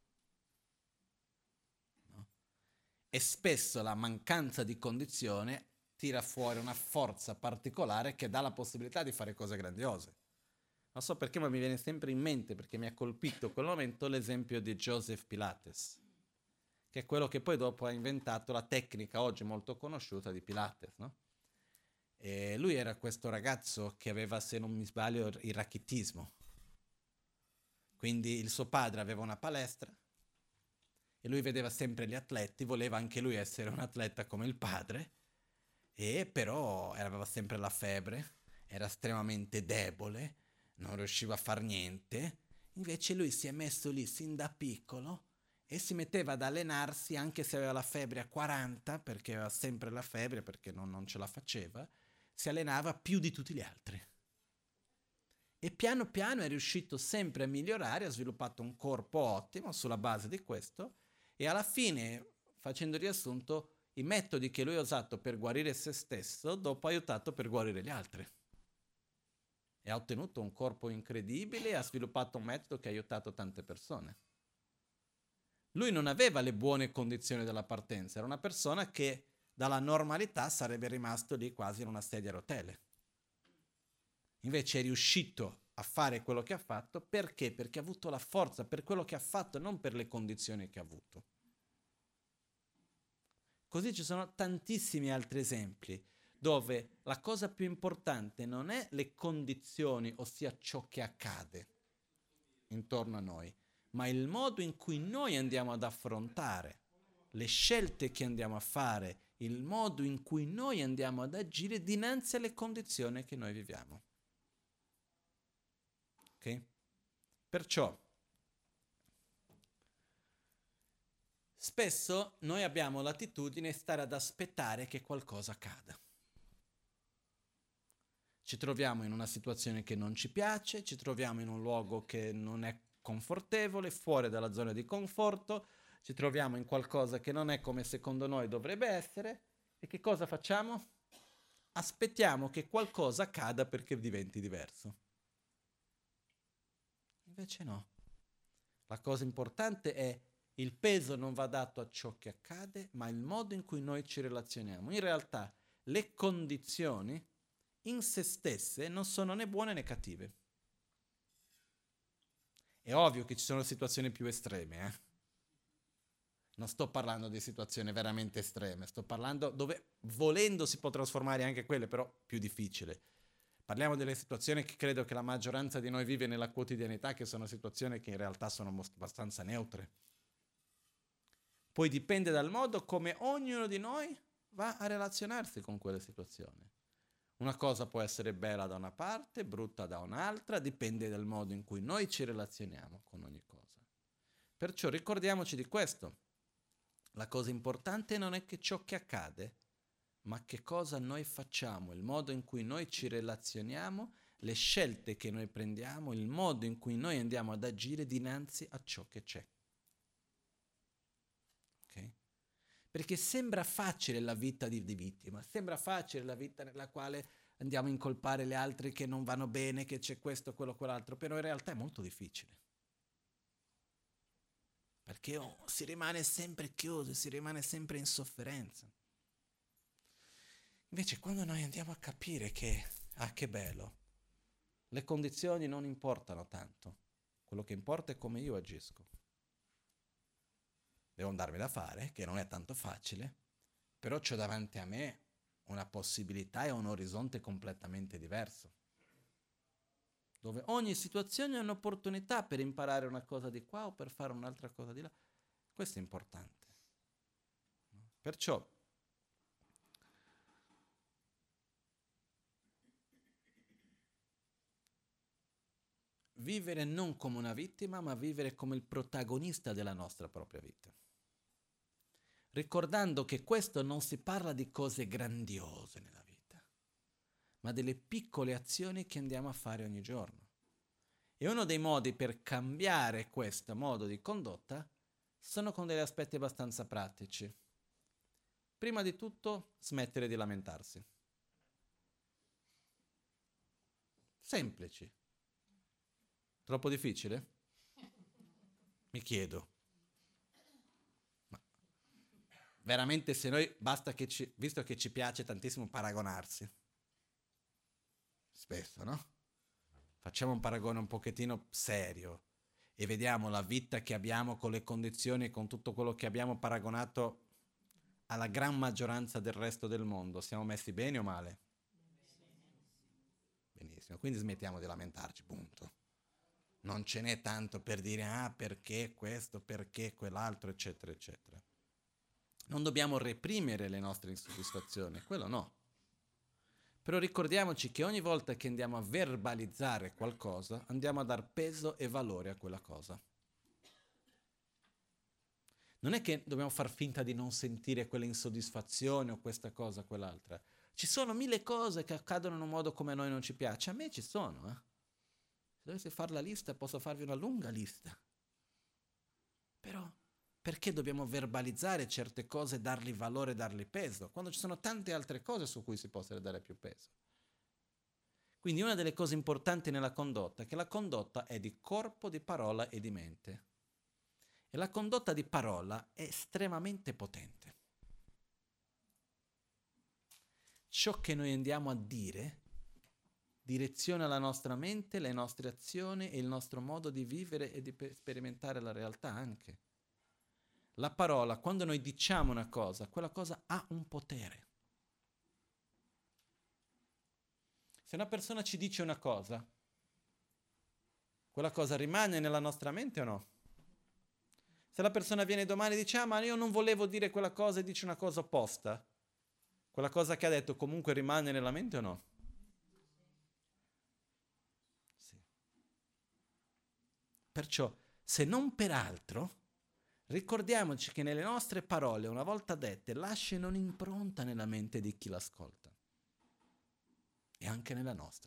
E spesso la mancanza di condizione tira fuori una forza particolare che dà la possibilità di fare cose grandiose. Non so perché, ma mi viene sempre in mente, perché mi ha colpito in quel momento, l'esempio di Joseph Pilates, che è quello che poi dopo ha inventato la tecnica oggi molto conosciuta di Pilates, no? E lui era questo ragazzo che aveva, se non mi sbaglio, il rachitismo. Quindi il suo padre aveva una palestra e lui vedeva sempre gli atleti, voleva anche lui essere un atleta come il padre, e però aveva sempre la febbre, era estremamente debole, non riusciva a far niente. Invece lui si è messo lì sin da piccolo e si metteva ad allenarsi anche se aveva la febbre a quaranta, perché aveva sempre la febbre, perché non, non ce la faceva, si allenava più di tutti gli altri. E piano piano è riuscito sempre a migliorare, ha sviluppato un corpo ottimo sulla base di questo, e alla fine, facendo il riassunto, i metodi che lui ha usato per guarire se stesso, dopo ha aiutato per guarire gli altri. E ha ottenuto un corpo incredibile e ha sviluppato un metodo che ha aiutato tante persone. Lui non aveva le buone condizioni della partenza, era una persona che dalla normalità sarebbe rimasto lì quasi in una sedia a rotelle. Invece è riuscito a fare quello che ha fatto, perché? Perché ha avuto la forza per quello che ha fatto, non per le condizioni che ha avuto. Così ci sono tantissimi altri esempi dove la cosa più importante non è le condizioni, ossia ciò che accade intorno a noi, ma il modo in cui noi andiamo ad affrontare le scelte che andiamo a fare, il modo in cui noi andiamo ad agire dinanzi alle condizioni che noi viviamo. Ok? Perciò spesso noi abbiamo l'attitudine di stare ad aspettare che qualcosa accada. Ci troviamo in una situazione che non ci piace, ci troviamo in un luogo che non è confortevole, fuori dalla zona di conforto, ci troviamo in qualcosa che non è come secondo noi dovrebbe essere, e che cosa facciamo? Aspettiamo che qualcosa accada perché diventi diverso. Invece no. La cosa importante è il peso non va dato a ciò che accade, ma il modo in cui noi ci relazioniamo. In realtà le condizioni in se stesse non sono né buone né cattive. È ovvio che ci sono situazioni più estreme, eh? Non sto parlando di situazioni veramente estreme, sto parlando dove volendo si può trasformare anche quelle, però più difficile. Parliamo delle situazioni che credo che la maggioranza di noi vive nella quotidianità, che sono situazioni che in realtà sono abbastanza neutre. Poi dipende dal modo come ognuno di noi va a relazionarsi con quelle situazioni. Una cosa può essere bella da una parte, brutta da un'altra, dipende dal modo in cui noi ci relazioniamo con ogni cosa. Perciò ricordiamoci di questo. La cosa importante non è che ciò che accade, ma che cosa noi facciamo, il modo in cui noi ci relazioniamo, le scelte che noi prendiamo, il modo in cui noi andiamo ad agire dinanzi a ciò che c'è. Okay? Perché sembra facile la vita di, di vittima, sembra facile la vita nella quale andiamo a incolpare le altre che non vanno bene, che c'è questo, quello, quell'altro, però in realtà è molto difficile. Perché oh, si rimane sempre chiuso, si rimane sempre in sofferenza. Invece quando noi andiamo a capire che, ah che bello, le condizioni non importano tanto, quello che importa è come io agisco. Devo darmi da fare, che non è tanto facile, però c'ho davanti a me una possibilità e un orizzonte completamente diverso, dove ogni situazione è un'opportunità per imparare una cosa di qua o per fare un'altra cosa di là. Questo è importante. Perciò vivere non come una vittima, ma vivere come il protagonista della nostra propria vita. Ricordando che questo non si parla di cose grandiose nella vita, ma delle piccole azioni che andiamo a fare ogni giorno. E uno dei modi per cambiare questo modo di condotta sono con degli aspetti abbastanza pratici. Prima di tutto, smettere di lamentarsi. Semplici. Troppo difficile? Mi chiedo. Ma veramente se noi, basta che ci, visto che ci piace tantissimo paragonarsi, spesso, no? Facciamo un paragone un pochettino serio e vediamo la vita che abbiamo con le condizioni e con tutto quello che abbiamo paragonato alla gran maggioranza del resto del mondo. Siamo messi bene o male? Benissimo, quindi smettiamo di lamentarci, punto. non ce n'è tanto per dire ah perché questo, perché quell'altro, eccetera, eccetera. Non dobbiamo reprimere le nostre insoddisfazioni, quello no. Però ricordiamoci che ogni volta che andiamo a verbalizzare qualcosa, andiamo a dar peso e valore a quella cosa. Non è che dobbiamo far finta di non sentire quella insoddisfazione o questa cosa o quell'altra. Ci sono mille cose che accadono in un modo come a noi non ci piace. A me ci sono, eh. Se dovessi fare la lista, posso farvi una lunga lista. Però, perché dobbiamo verbalizzare certe cose, dargli valore, dargli peso, quando ci sono tante altre cose su cui si possono dare più peso? Quindi una delle cose importanti nella condotta è che la condotta è di corpo, di parola e di mente. E la condotta di parola è estremamente potente. Ciò che noi andiamo a dire direziona la nostra mente, le nostre azioni e il nostro modo di vivere e di sperimentare la realtà anche. La parola, quando noi diciamo una cosa, quella cosa ha un potere. Se una persona ci dice una cosa, quella cosa rimane nella nostra mente o no? Se la persona viene domani e dice ah ma io non volevo dire quella cosa e dice una cosa opposta, quella cosa che ha detto comunque rimane nella mente o no? Sì. Perciò, se non per altro, ricordiamoci che nelle nostre parole, una volta dette, lasciano un'impronta nella mente di chi l'ascolta. E anche nella nostra.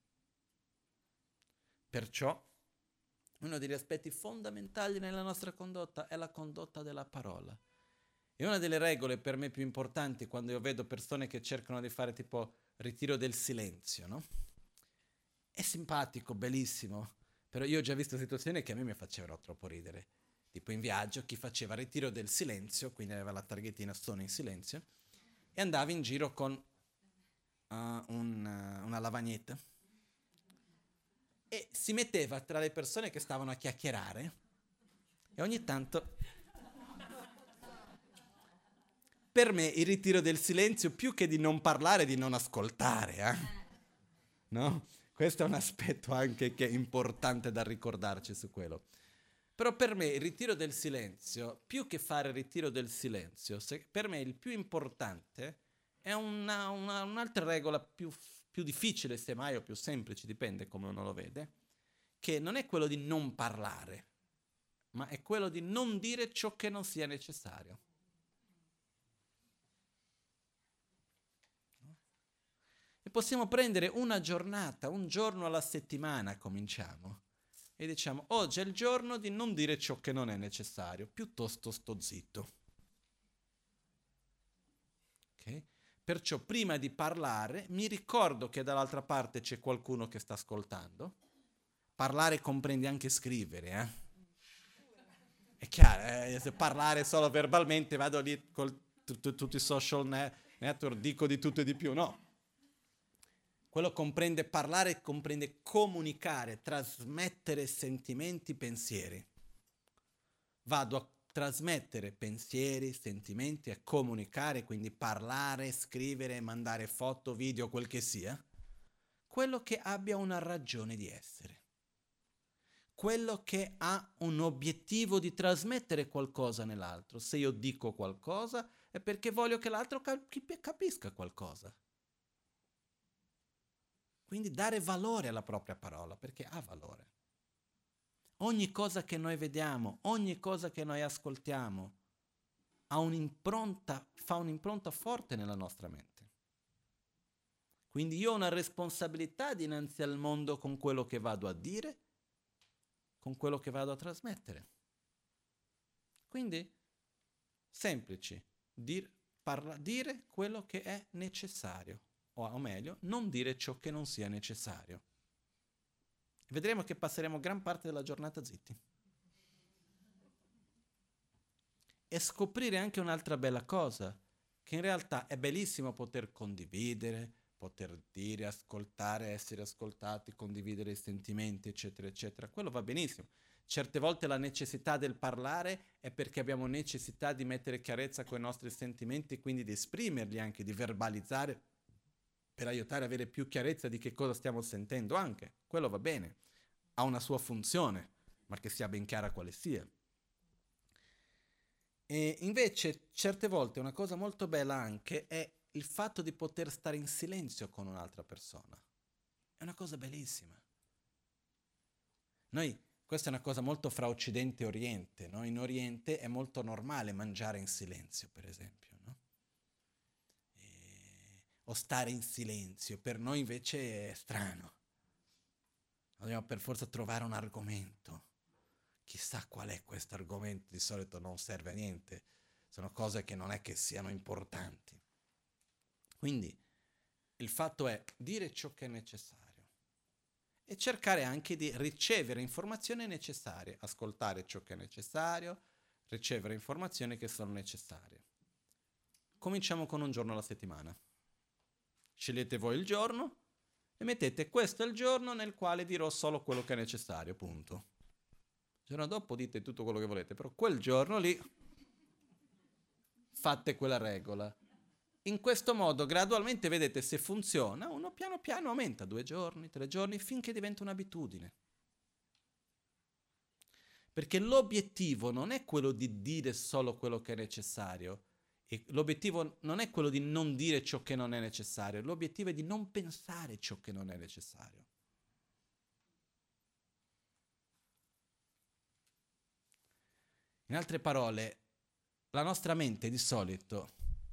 Perciò, uno degli aspetti fondamentali nella nostra condotta è la condotta della parola. E una delle regole per me più importanti quando io vedo persone che cercano di fare tipo ritiro del silenzio, no? È simpatico, bellissimo, però io ho già visto situazioni che a me mi facevano troppo ridere. Tipo in viaggio chi faceva ritiro del silenzio, quindi aveva la targhettina sono in silenzio, e andava in giro con uh, un, uh, una lavagnetta e si metteva tra le persone che stavano a chiacchierare e ogni tanto... Per me il ritiro del silenzio più che di non parlare è di non ascoltare, eh? No? Questo è un aspetto anche che è importante da ricordarci su quello. Però per me il ritiro del silenzio, più che fare il ritiro del silenzio, se, per me il più importante è una, una, un'altra regola più, più difficile, semmai, o più semplice, dipende come uno lo vede, che non è quello di non parlare, ma è quello di non dire ciò che non sia necessario. E possiamo prendere una giornata, un giorno alla settimana, cominciamo, e diciamo, oggi è il giorno di non dire ciò che non è necessario, piuttosto sto zitto. Ok? Perciò prima di parlare mi ricordo che dall'altra parte c'è qualcuno che sta ascoltando. Parlare comprende anche scrivere, eh? È chiaro, eh? Se parlare solo verbalmente vado lì con tutti i social network, dico di tutto e di più, no. Quello comprende parlare, comprende comunicare, trasmettere sentimenti, pensieri. Vado a trasmettere pensieri, sentimenti, a comunicare, quindi parlare, scrivere, mandare foto, video, quel che sia, quello che abbia una ragione di essere. Quello che ha un obiettivo di trasmettere qualcosa nell'altro. Se io dico qualcosa è perché voglio che l'altro capisca qualcosa. Quindi dare valore alla propria parola, perché ha valore. Ogni cosa che noi vediamo, ogni cosa che noi ascoltiamo, ha un'impronta, fa un'impronta forte nella nostra mente. Quindi io ho una responsabilità dinanzi al mondo con quello che vado a dire, con quello che vado a trasmettere. Quindi, semplici, dir, parla, dire quello che è necessario. O meglio, non dire ciò che non sia necessario. Vedremo che passeremo gran parte della giornata zitti. E scoprire anche un'altra bella cosa, che in realtà è bellissimo poter condividere, poter dire, ascoltare, essere ascoltati, condividere i sentimenti, eccetera, eccetera. Quello va benissimo. Certe volte la necessità del parlare è perché abbiamo necessità di mettere chiarezza con i nostri sentimenti, quindi di esprimerli anche, di verbalizzare, per aiutare ad avere più chiarezza di che cosa stiamo sentendo anche. Quello va bene. ha una sua funzione, ma che sia ben chiara quale sia. E invece certe volte una cosa molto bella anche è il fatto di poter stare in silenzio con un'altra persona. È una cosa bellissima. Noi, questa è una cosa molto fra Occidente e Oriente, no? In Oriente è molto normale mangiare in silenzio, per esempio, no? E, o stare in silenzio. Per noi invece è strano. Dobbiamo per forza trovare un argomento. Chissà qual è questo argomento, di solito non serve a niente, sono cose che non è che siano importanti. Quindi il fatto è dire ciò che è necessario e cercare anche di ricevere informazioni necessarie, ascoltare ciò che è necessario, ricevere informazioni che sono necessarie. Cominciamo con un giorno alla settimana. Scegliete voi il giorno e mettete questo è il giorno nel quale dirò solo quello che è necessario, punto. Il giorno dopo dite tutto quello che volete, però quel giorno lì fate quella regola. In questo modo gradualmente vedete se funziona, uno piano piano aumenta, due giorni, tre giorni, finché diventa un'abitudine. Perché l'obiettivo non è quello di dire solo quello che è necessario, e l'obiettivo non è quello di non dire ciò che non è necessario, l'obiettivo è di non pensare ciò che non è necessario. In altre parole, la nostra mente di solito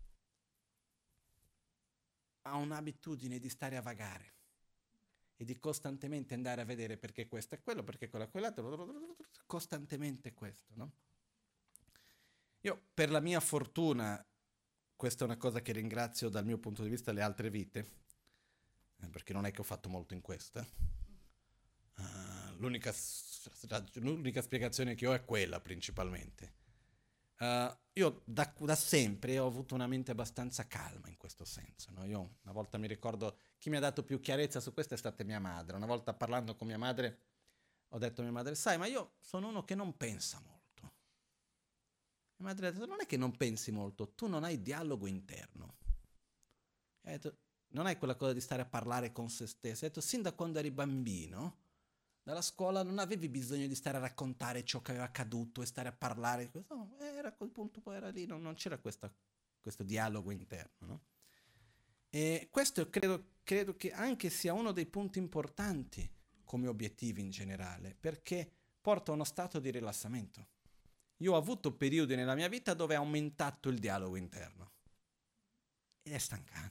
ha un'abitudine di stare a vagare e di costantemente andare a vedere perché questo è quello, perché quello è quell'altro, costantemente questo, no? Io, per la mia fortuna, questa è una cosa che ringrazio dal mio punto di vista le altre vite, eh, perché non è che ho fatto molto in questa. Uh, l'unica, l'unica spiegazione che ho è quella principalmente. Uh, io da, da sempre ho avuto una mente abbastanza calma in questo senso, no? Io una volta mi ricordo, chi mi ha dato più chiarezza su questo è stata mia madre. Una volta parlando con mia madre ho detto a mia madre, sai, ma io sono uno che non pensa molto. Mia madre ha detto, non è che non pensi molto, tu non hai dialogo interno. E ha detto, non hai quella cosa di stare a parlare con se stesso. Ha detto, sin da quando eri bambino, dalla scuola non avevi bisogno di stare a raccontare ciò che aveva accaduto e stare a parlare. No, era a quel punto, poi era lì, non, non c'era questa, questo dialogo interno, no? E questo credo, credo che anche sia uno dei punti importanti come obiettivi in generale, perché porta a uno stato di rilassamento. Io ho avuto periodi nella mia vita dove è aumentato il dialogo interno ed è stancante.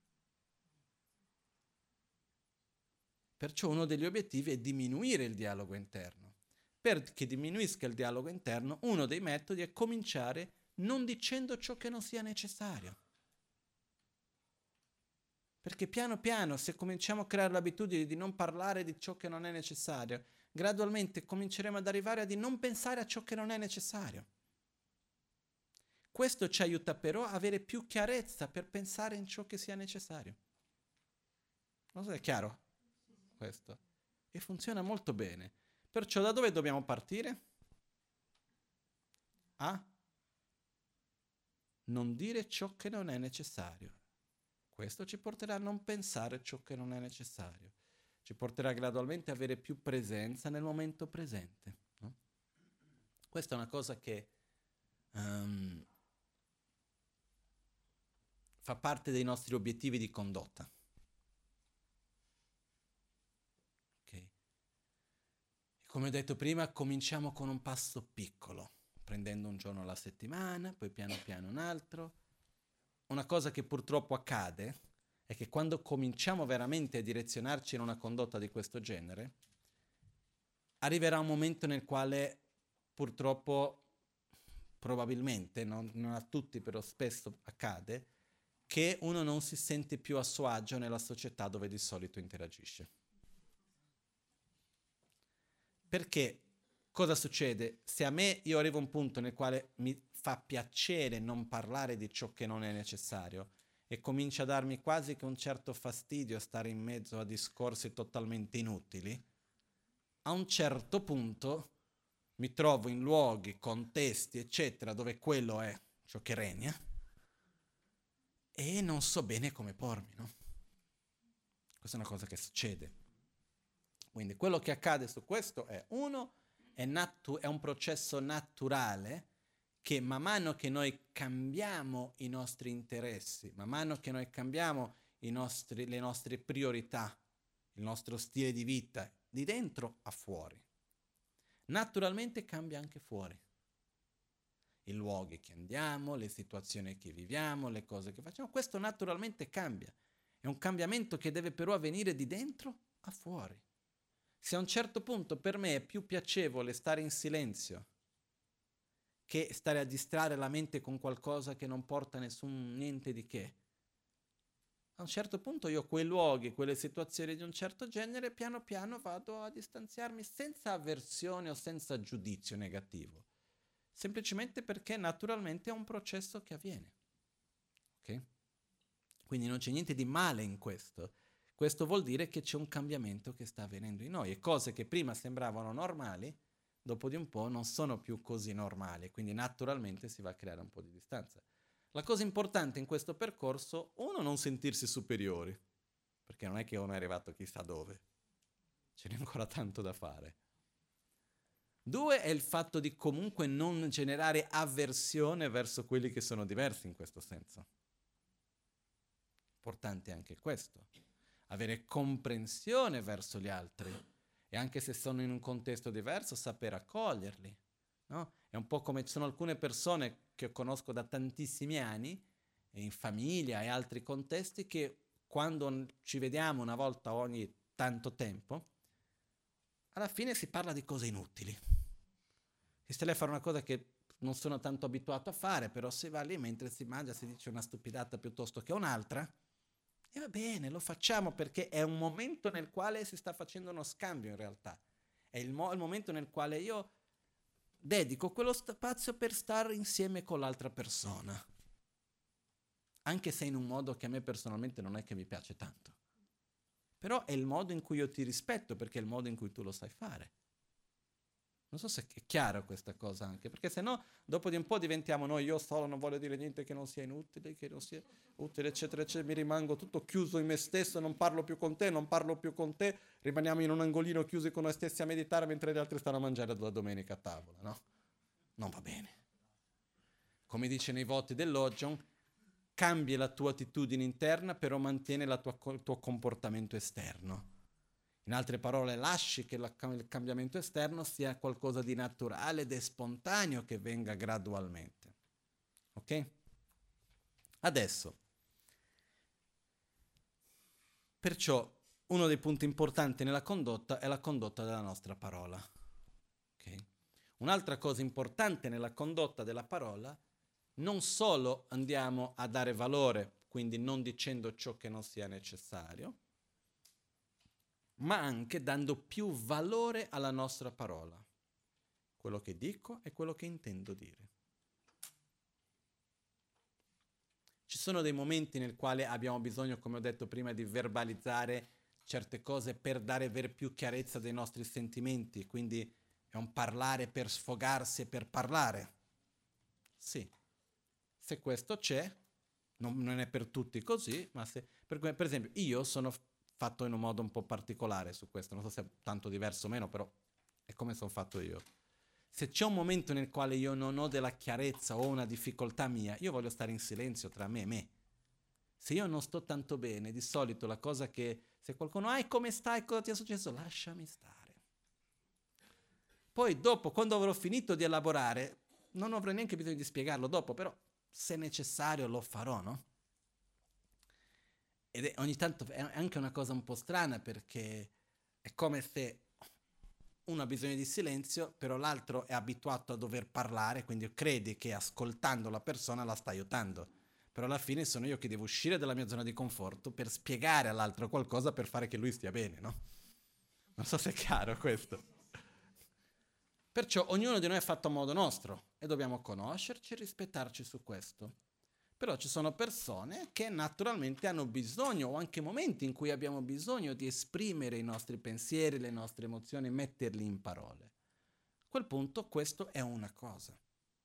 Perciò uno degli obiettivi è diminuire il dialogo interno. Perché diminuisca il dialogo interno, uno dei metodi è cominciare non dicendo ciò che non sia necessario. Perché piano piano, se cominciamo a creare l'abitudine di non parlare di ciò che non è necessario, gradualmente cominceremo ad arrivare a di non pensare a ciò che non è necessario. Questo ci aiuta però a avere più chiarezza per pensare in ciò che sia necessario. Non so se è chiaro questo? E funziona molto bene. Perciò da dove dobbiamo partire? A non dire ciò che non è necessario. Questo ci porterà a non pensare ciò che non è necessario. Ci porterà gradualmente a avere più presenza nel momento presente. No? Questa è una cosa che um, fa parte dei nostri obiettivi di condotta. Okay. Come ho detto prima, cominciamo con un passo piccolo, prendendo un giorno alla settimana, poi piano piano un altro. Una cosa che purtroppo accade è che quando cominciamo veramente a direzionarci in una condotta di questo genere, arriverà un momento nel quale purtroppo, probabilmente, non, non a tutti però spesso accade, che uno non si sente più a suo agio nella società dove di solito interagisce. Perché cosa succede? Se a me io arrivo a un punto nel quale mi fa piacere non parlare di ciò che non è necessario e comincia a darmi quasi che un certo fastidio stare in mezzo a discorsi totalmente inutili, a un certo punto mi trovo in luoghi, contesti, eccetera, dove quello è ciò che regna e non so bene come pormi, no? Questa è una cosa che succede. Quindi quello che accade su questo è, uno, è, natu- è un processo naturale che man mano che noi cambiamo i nostri interessi, man mano che noi cambiamo i nostri, le nostre priorità, il nostro stile di vita, di dentro a fuori, naturalmente cambia anche fuori. I luoghi che andiamo, le situazioni che viviamo, le cose che facciamo, questo naturalmente cambia. È un cambiamento che deve però avvenire di dentro a fuori. Se a un certo punto per me è più piacevole stare in silenzio che stare a distrarre la mente con qualcosa che non porta nessun niente di che, a un certo punto io quei luoghi, quelle situazioni di un certo genere, piano piano vado a distanziarmi senza avversione o senza giudizio negativo, semplicemente perché naturalmente è un processo che avviene. Ok? Quindi non c'è niente di male in questo. Questo vuol dire che c'è un cambiamento che sta avvenendo in noi e cose che prima sembravano normali, dopo di un po' non sono più così normali, quindi naturalmente si va a creare un po' di distanza. La cosa importante in questo percorso, uno, non sentirsi superiori, perché non è che uno è arrivato chissà dove, ce n'è ancora tanto da fare. Due, è il fatto di comunque non generare avversione verso quelli che sono diversi in questo senso. Importante anche questo. Avere comprensione verso gli altri e anche se sono in un contesto diverso saper accoglierli, no? È un po' come ci sono alcune persone che conosco da tantissimi anni in famiglia e altri contesti che quando ci vediamo una volta ogni tanto tempo alla fine si parla di cose inutili, si sta lì a fare una cosa che non sono tanto abituato a fare, però si va lì mentre si mangia si dice una stupidata piuttosto che un'altra. E va bene, lo facciamo perché è un momento nel quale si sta facendo uno scambio in realtà. È il, mo- il momento nel quale io dedico quello spazio per stare insieme con l'altra persona. Anche se in un modo che a me personalmente non è che mi piace tanto. Però è il modo in cui io ti rispetto perché è il modo in cui tu lo sai fare. Non so se è chiaro questa cosa anche, perché se no dopo di un po' diventiamo noi, io solo non voglio dire niente che non sia inutile, che non sia utile, eccetera, eccetera, mi rimango tutto chiuso in me stesso, non parlo più con te, non parlo più con te, rimaniamo in un angolino chiusi con noi stessi a meditare mentre gli altri stanno a mangiare la domenica a tavola, no? Non va bene. Come dice nei voti dell'Ogion, cambi la tua attitudine interna, però mantiene la tua, il tuo comportamento esterno. In altre parole, lasci che la, il cambiamento esterno sia qualcosa di naturale ed è spontaneo che venga gradualmente. Ok? Adesso, perciò, uno dei punti importanti nella condotta è la condotta della nostra parola. Okay? Un'altra cosa importante nella condotta della parola, non solo andiamo a dare valore, quindi non dicendo ciò che non sia necessario, ma anche dando più valore alla nostra parola, quello che dico e quello che intendo dire. Ci sono dei momenti nel quale abbiamo bisogno, come ho detto prima, di verbalizzare certe cose per dare ver più chiarezza dei nostri sentimenti, quindi è un parlare per sfogarsi e per parlare. Sì, se questo c'è, non, non è per tutti così, ma se, per, per esempio, io sono fatto in un modo un po' particolare su questo, non so se è tanto diverso o meno, però è come sono fatto io. Se c'è un momento nel quale io non ho della chiarezza o una difficoltà mia, io voglio stare in silenzio tra me e me. Se io non sto tanto bene, di solito la cosa che, se qualcuno, ah, come stai, cosa ti è successo? Lasciami stare. Poi dopo, quando avrò finito di elaborare, non avrò neanche bisogno di spiegarlo dopo, però se necessario lo farò, no? Ed è, ogni tanto è anche una cosa un po' strana perché è come se uno ha bisogno di silenzio, però l'altro è abituato a dover parlare, quindi credi che ascoltando la persona la sta aiutando. Però alla fine sono io che devo uscire dalla mia zona di conforto per spiegare all'altro qualcosa per fare che lui stia bene, no? Non so se è chiaro questo. Perciò ognuno di noi è fatto a modo nostro e dobbiamo conoscerci e rispettarci su questo. Però ci sono persone che naturalmente hanno bisogno, o anche momenti in cui abbiamo bisogno di esprimere i nostri pensieri, le nostre emozioni, metterli in parole. A quel punto questo è una cosa.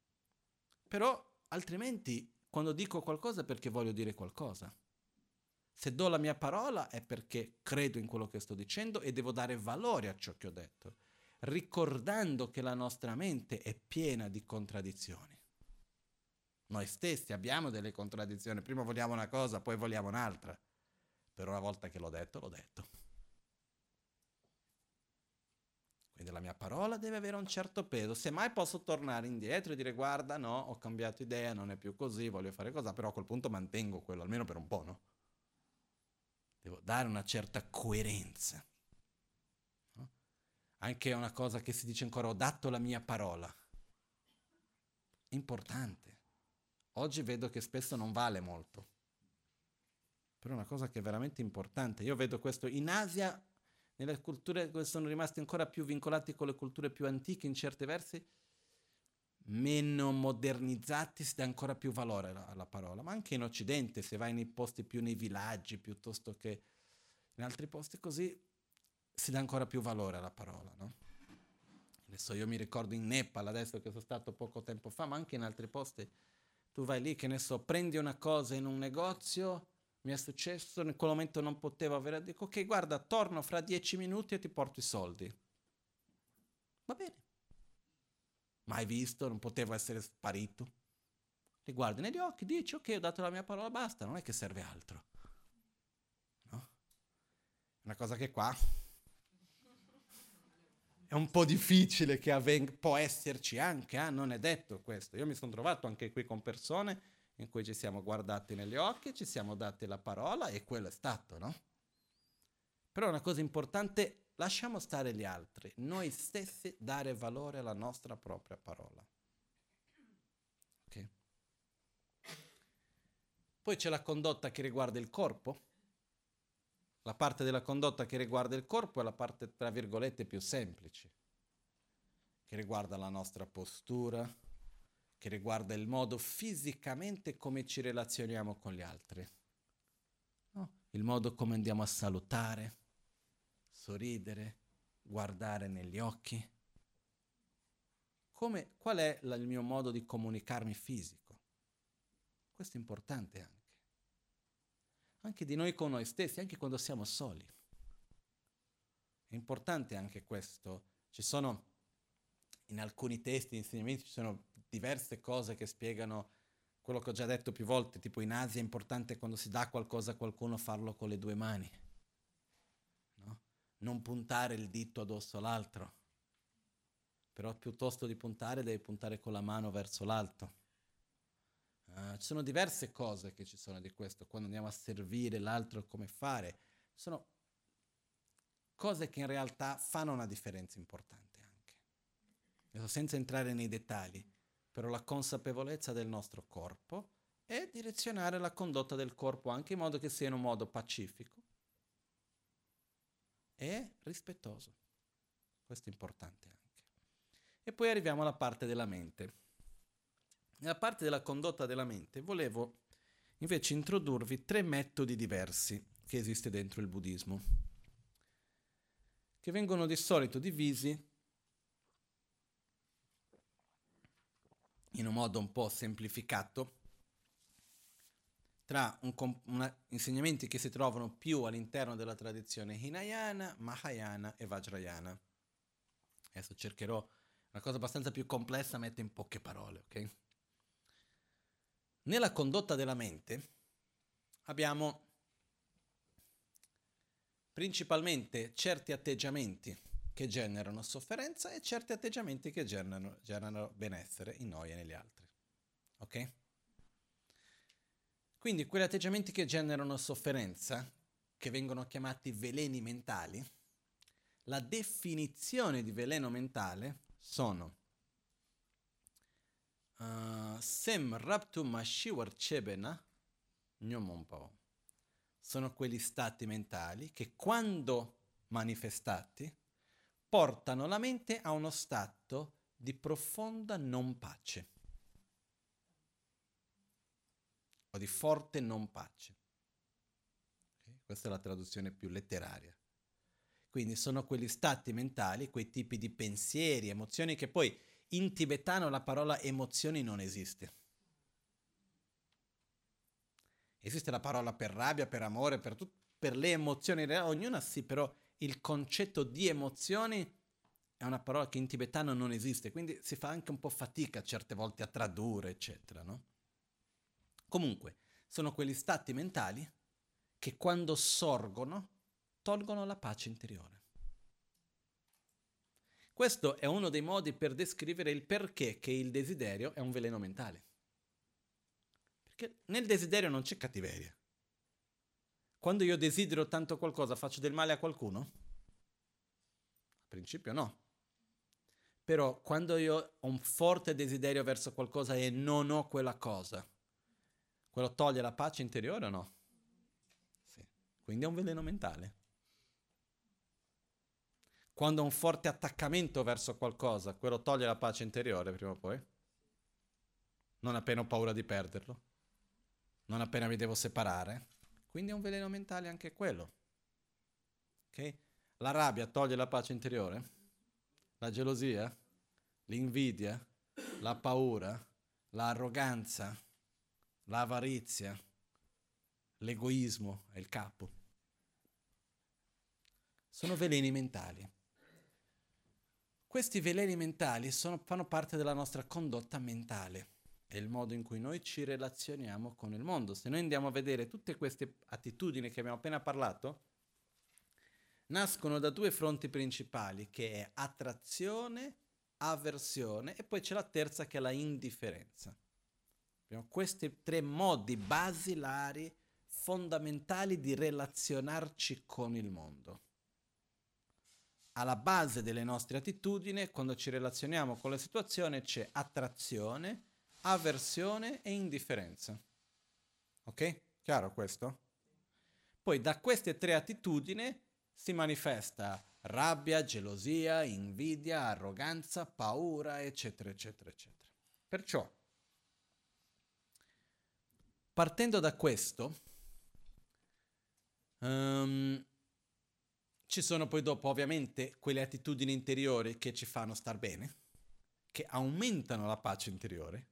Però altrimenti quando dico qualcosa è perché voglio dire qualcosa. Se do la mia parola è perché credo in quello che sto dicendo e devo dare valore a ciò che ho detto, ricordando che la nostra mente è piena di contraddizioni. Noi stessi abbiamo delle contraddizioni, prima vogliamo una cosa, poi vogliamo un'altra. Per una volta che l'ho detto, l'ho detto. Quindi la mia parola deve avere un certo peso. Semmai posso tornare indietro e dire guarda, no, ho cambiato idea, non è più così, voglio fare cosa, però a quel punto mantengo quello, almeno per un po', no? Devo dare una certa coerenza. No? Anche una cosa che si dice ancora, ho dato la mia parola. Importante. Oggi vedo che spesso non vale molto. Però è una cosa che è veramente importante. Io vedo questo in Asia, nelle culture che sono rimaste ancora più vincolati con le culture più antiche in certi versi, meno modernizzati, si dà ancora più valore alla, alla parola. Ma anche in Occidente, se vai nei posti più nei villaggi, piuttosto che in altri posti così, si dà ancora più valore alla parola, no? Adesso io mi ricordo in Nepal, adesso che sono stato poco tempo fa, ma anche in altri posti, tu vai lì, che ne so, prendi una cosa in un negozio, mi è successo, in quel momento non potevo avere, dico ok guarda, torno fra dieci minuti e ti porto i soldi. Va bene. Mai visto, non potevo essere sparito. Li guardi negli occhi, dici ok, ho dato la mia parola, basta, non è che serve altro. No? Una cosa che qua è un po' difficile che avvenga, può esserci anche, eh? Non è detto questo. Io mi sono trovato anche qui con persone in cui ci siamo guardati negli occhi, ci siamo dati la parola e quello è stato, no? Però una cosa importante, lasciamo stare gli altri, noi stessi dare valore alla nostra propria parola. Okay? Poi c'è la condotta che riguarda il corpo. La parte della condotta che riguarda il corpo è la parte, tra virgolette, più semplice, che riguarda la nostra postura, che riguarda il modo fisicamente come ci relazioniamo con gli altri, no? Il modo come andiamo a salutare, sorridere, guardare negli occhi. Come, qual è la, il mio modo di comunicarmi fisico? Questo è importante anche. Anche di noi con noi stessi, anche quando siamo soli. È importante anche questo. Ci sono, in alcuni testi, insegnamenti, ci sono diverse cose che spiegano quello che ho già detto più volte, tipo in Asia è importante quando si dà qualcosa a qualcuno farlo con le due mani, no? Non puntare il dito addosso all'altro, però piuttosto di puntare devi puntare con la mano verso l'alto. Uh, ci sono diverse cose che ci sono di questo, quando andiamo a servire l'altro come fare, sono cose che in realtà fanno una differenza importante anche. Adesso, senza entrare nei dettagli, però la consapevolezza del nostro corpo e direzionare la condotta del corpo anche in modo che sia in un modo pacifico e rispettoso. Questo è importante anche. E poi arriviamo alla parte della mente. Nella parte della condotta della mente volevo invece introdurvi tre metodi diversi che esiste dentro il buddismo, che vengono di solito divisi in un modo un po' semplificato tra un comp- una, insegnamenti che si trovano più all'interno della tradizione Hinayana, Mahayana e Vajrayana. Adesso cercherò una cosa abbastanza più complessa, metto in poche parole, ok? Nella condotta della mente abbiamo principalmente certi atteggiamenti che generano sofferenza e certi atteggiamenti che generano, generano benessere in noi e negli altri. Ok? Quindi quegli atteggiamenti che generano sofferenza, che vengono chiamati veleni mentali, la definizione di veleno mentale sono uh, Sem Raptu Mashiwar Chebena Nyomonpao. Sono quegli stati mentali che quando manifestati portano la mente a uno stato di profonda non pace o di forte non pace. Okay? Questa è la traduzione più letteraria. Quindi sono quegli stati mentali, quei tipi di pensieri, emozioni che poi in tibetano la parola emozioni non esiste. Esiste la parola per rabbia, per amore, per, tut- per le emozioni, ognuna sì, però il concetto di emozioni è una parola che in tibetano non esiste, quindi si fa anche un po' fatica certe volte a tradurre, eccetera, no? Comunque, sono quegli stati mentali che quando sorgono tolgono la pace interiore. Questo è uno dei modi per descrivere il perché che il desiderio è un veleno mentale. Perché nel desiderio non c'è cattiveria. Quando io desidero tanto qualcosa, faccio del male a qualcuno? A principio no. Però quando io ho un forte desiderio verso qualcosa e non ho quella cosa, quello toglie la pace interiore o no? Sì. Quindi è un veleno mentale. Quando ho un forte attaccamento verso qualcosa, quello toglie la pace interiore prima o poi? Non appena ho paura di perderlo? Non appena mi devo separare? Quindi è un veleno mentale anche quello. Ok? La rabbia toglie la pace interiore? La gelosia? L'invidia? La paura? L'arroganza? L'avarizia? L'egoismo è il capo. Sono veleni mentali. Questi veleni mentali sono, fanno parte della nostra condotta mentale. È il modo in cui noi ci relazioniamo con il mondo. Se noi andiamo a vedere tutte queste attitudini che abbiamo appena parlato, nascono da due fronti principali, che è attrazione, avversione, e poi c'è la terza che è la indifferenza. Abbiamo questi tre modi basilari, fondamentali di relazionarci con il mondo. Alla base delle nostre attitudini, quando ci relazioniamo con la situazione, c'è attrazione, avversione e indifferenza. Ok? Chiaro questo? Poi da queste tre attitudini si manifesta rabbia, gelosia, invidia, arroganza, paura, eccetera, eccetera, eccetera. Perciò, partendo da questo, um, ci sono poi dopo ovviamente quelle attitudini interiori che ci fanno star bene, che aumentano la pace interiore,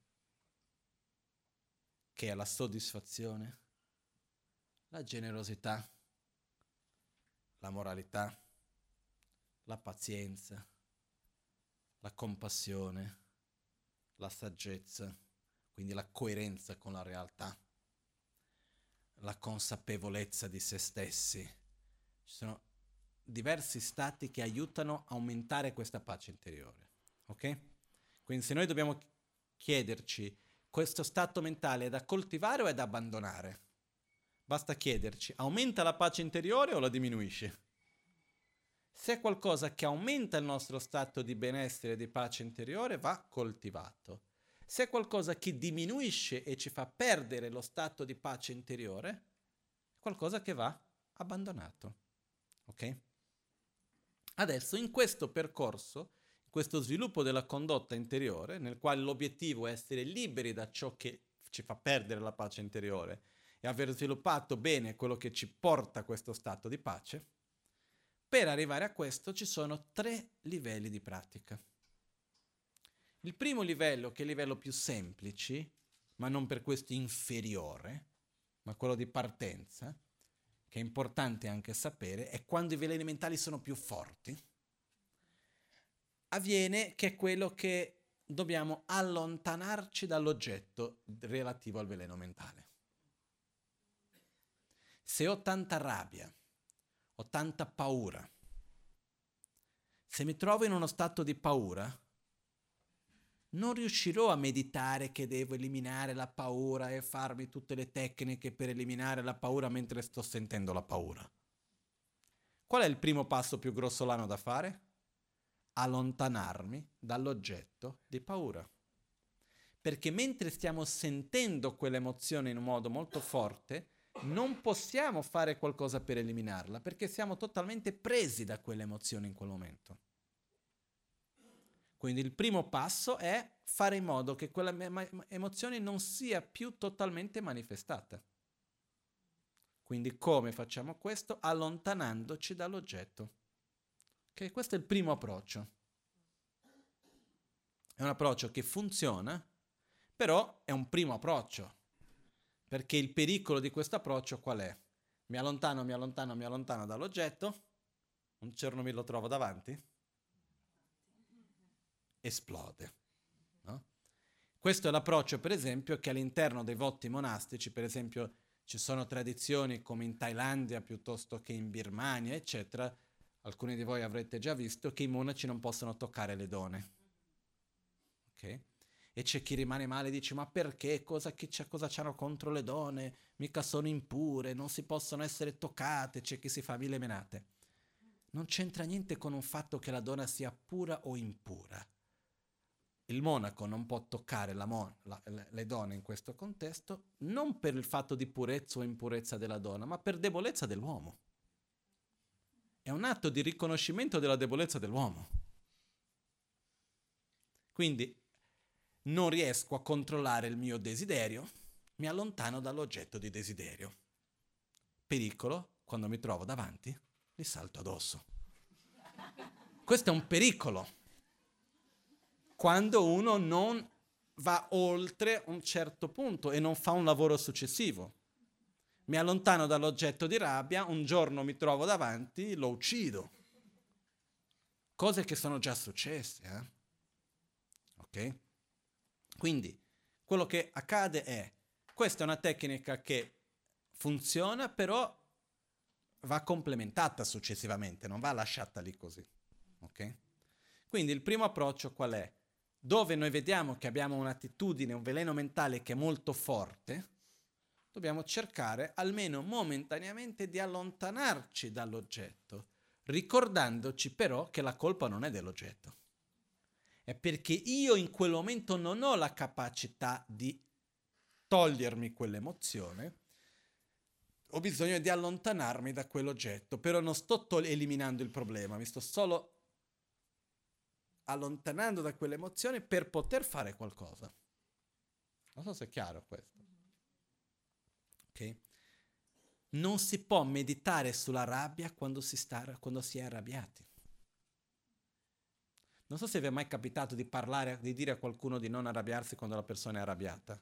che è la soddisfazione, la generosità, la moralità, la pazienza, la compassione, la saggezza, quindi la coerenza con la realtà, la consapevolezza di se stessi. Ci sono diversi stati che aiutano a aumentare questa pace interiore, ok? Quindi se noi dobbiamo chiederci questo stato mentale è da coltivare o è da abbandonare, basta chiederci, aumenta la pace interiore o la diminuisce? Se è qualcosa che aumenta il nostro stato di benessere e di pace interiore, va coltivato. Se è qualcosa che diminuisce e ci fa perdere lo stato di pace interiore, è qualcosa che va abbandonato. Ok? Adesso in questo percorso, in questo sviluppo della condotta interiore, nel quale l'obiettivo è essere liberi da ciò che ci fa perdere la pace interiore e aver sviluppato bene quello che ci porta a questo stato di pace, per arrivare a questo ci sono tre livelli di pratica. Il primo livello, che è il livello più semplice, ma non per questo inferiore, ma quello di partenza, che è importante anche sapere, è quando i veleni mentali sono più forti, avviene che è quello che dobbiamo allontanarci dall'oggetto relativo al veleno mentale. Se ho tanta rabbia, ho tanta paura, se mi trovo in uno stato di paura, non riuscirò a meditare che devo eliminare la paura e farmi tutte le tecniche per eliminare la paura mentre sto sentendo la paura. Qual è il primo passo più grossolano da fare? Allontanarmi dall'oggetto di paura. Perché mentre stiamo sentendo quell'emozione in un modo molto forte, non possiamo fare qualcosa per eliminarla, perché siamo totalmente presi da quell'emozione in quel momento. Quindi il primo passo è fare in modo che quella emozione non sia più totalmente manifestata. Quindi come facciamo questo? Allontanandoci dall'oggetto. Okay? Questo è il primo approccio. È un approccio che funziona, però è un primo approccio. Perché il pericolo di questo approccio qual è? Mi allontano, mi allontano, mi allontano dall'oggetto, un giorno mi lo trovo davanti, esplode. No? Questo è l'approccio, per esempio, che all'interno dei voti monastici, per esempio, ci sono tradizioni come in Thailandia piuttosto che in Birmania, eccetera. Alcuni di voi avrete già visto che i monaci non possono toccare le donne. Ok? E c'è chi rimane male e dice: ma perché? Cosa, che c'è, cosa c'hanno contro le donne? Mica sono impure, non si possono essere toccate. C'è chi si fa mille menate. Non c'entra niente con un fatto che la donna sia pura o impura. Il monaco non può toccare la mon- la, le donne in questo contesto non per il fatto di purezza o impurezza della donna, ma per debolezza dell'uomo. È un atto di riconoscimento della debolezza dell'uomo. Quindi non riesco a controllare il mio desiderio, mi allontano dall'oggetto di desiderio. Pericolo, quando mi trovo davanti, gli salto addosso. Questo è un pericolo. Quando uno non va oltre un certo punto e non fa un lavoro successivo. Mi allontano dall'oggetto di rabbia, un giorno mi trovo davanti, lo uccido. Cose che sono già successe. Eh? Ok? Quindi, quello che accade è, questa è una tecnica che funziona, però va complementata successivamente, non va lasciata lì così. Ok? Quindi il primo approccio qual è? Dove noi vediamo che abbiamo un'attitudine, un veleno mentale che è molto forte, dobbiamo cercare almeno momentaneamente di allontanarci dall'oggetto, ricordandoci però che la colpa non è dell'oggetto. È perché io in quel momento non ho la capacità di togliermi quell'emozione, ho bisogno di allontanarmi da quell'oggetto, però non sto tol- eliminando il problema, mi sto solo allontanando da quell'emozione per poter fare qualcosa. Non so se è chiaro questo. Ok? Non si può meditare sulla rabbia quando si, sta, quando si è arrabbiati. Non so se vi è mai capitato di parlare, di dire a qualcuno di non arrabbiarsi quando la persona è arrabbiata.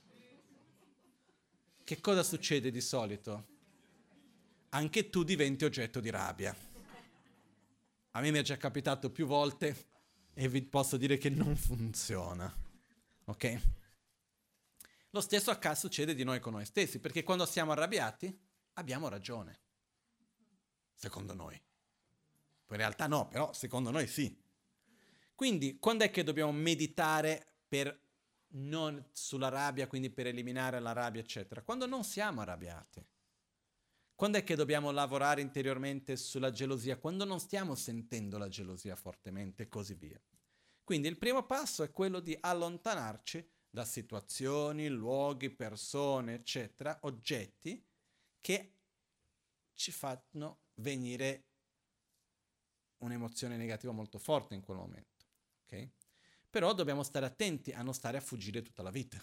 Che cosa succede di solito? Anche tu diventi oggetto di rabbia. A me mi è già capitato più volte e vi posso dire che non funziona. Ok? Lo stesso accade, succede di noi con noi stessi, perché quando siamo arrabbiati abbiamo ragione. Secondo noi. Poi in realtà no, però secondo noi sì. Quindi quando è che dobbiamo meditare per non sulla rabbia, quindi per eliminare la rabbia, eccetera? Quando non siamo arrabbiati. Quando è che dobbiamo lavorare interiormente sulla gelosia? Quando non stiamo sentendo la gelosia fortemente e così via. Quindi il primo passo è quello di allontanarci da situazioni, luoghi, persone, eccetera, oggetti che ci fanno venire un'emozione negativa molto forte in quel momento. Okay? Però dobbiamo stare attenti a non stare a fuggire tutta la vita.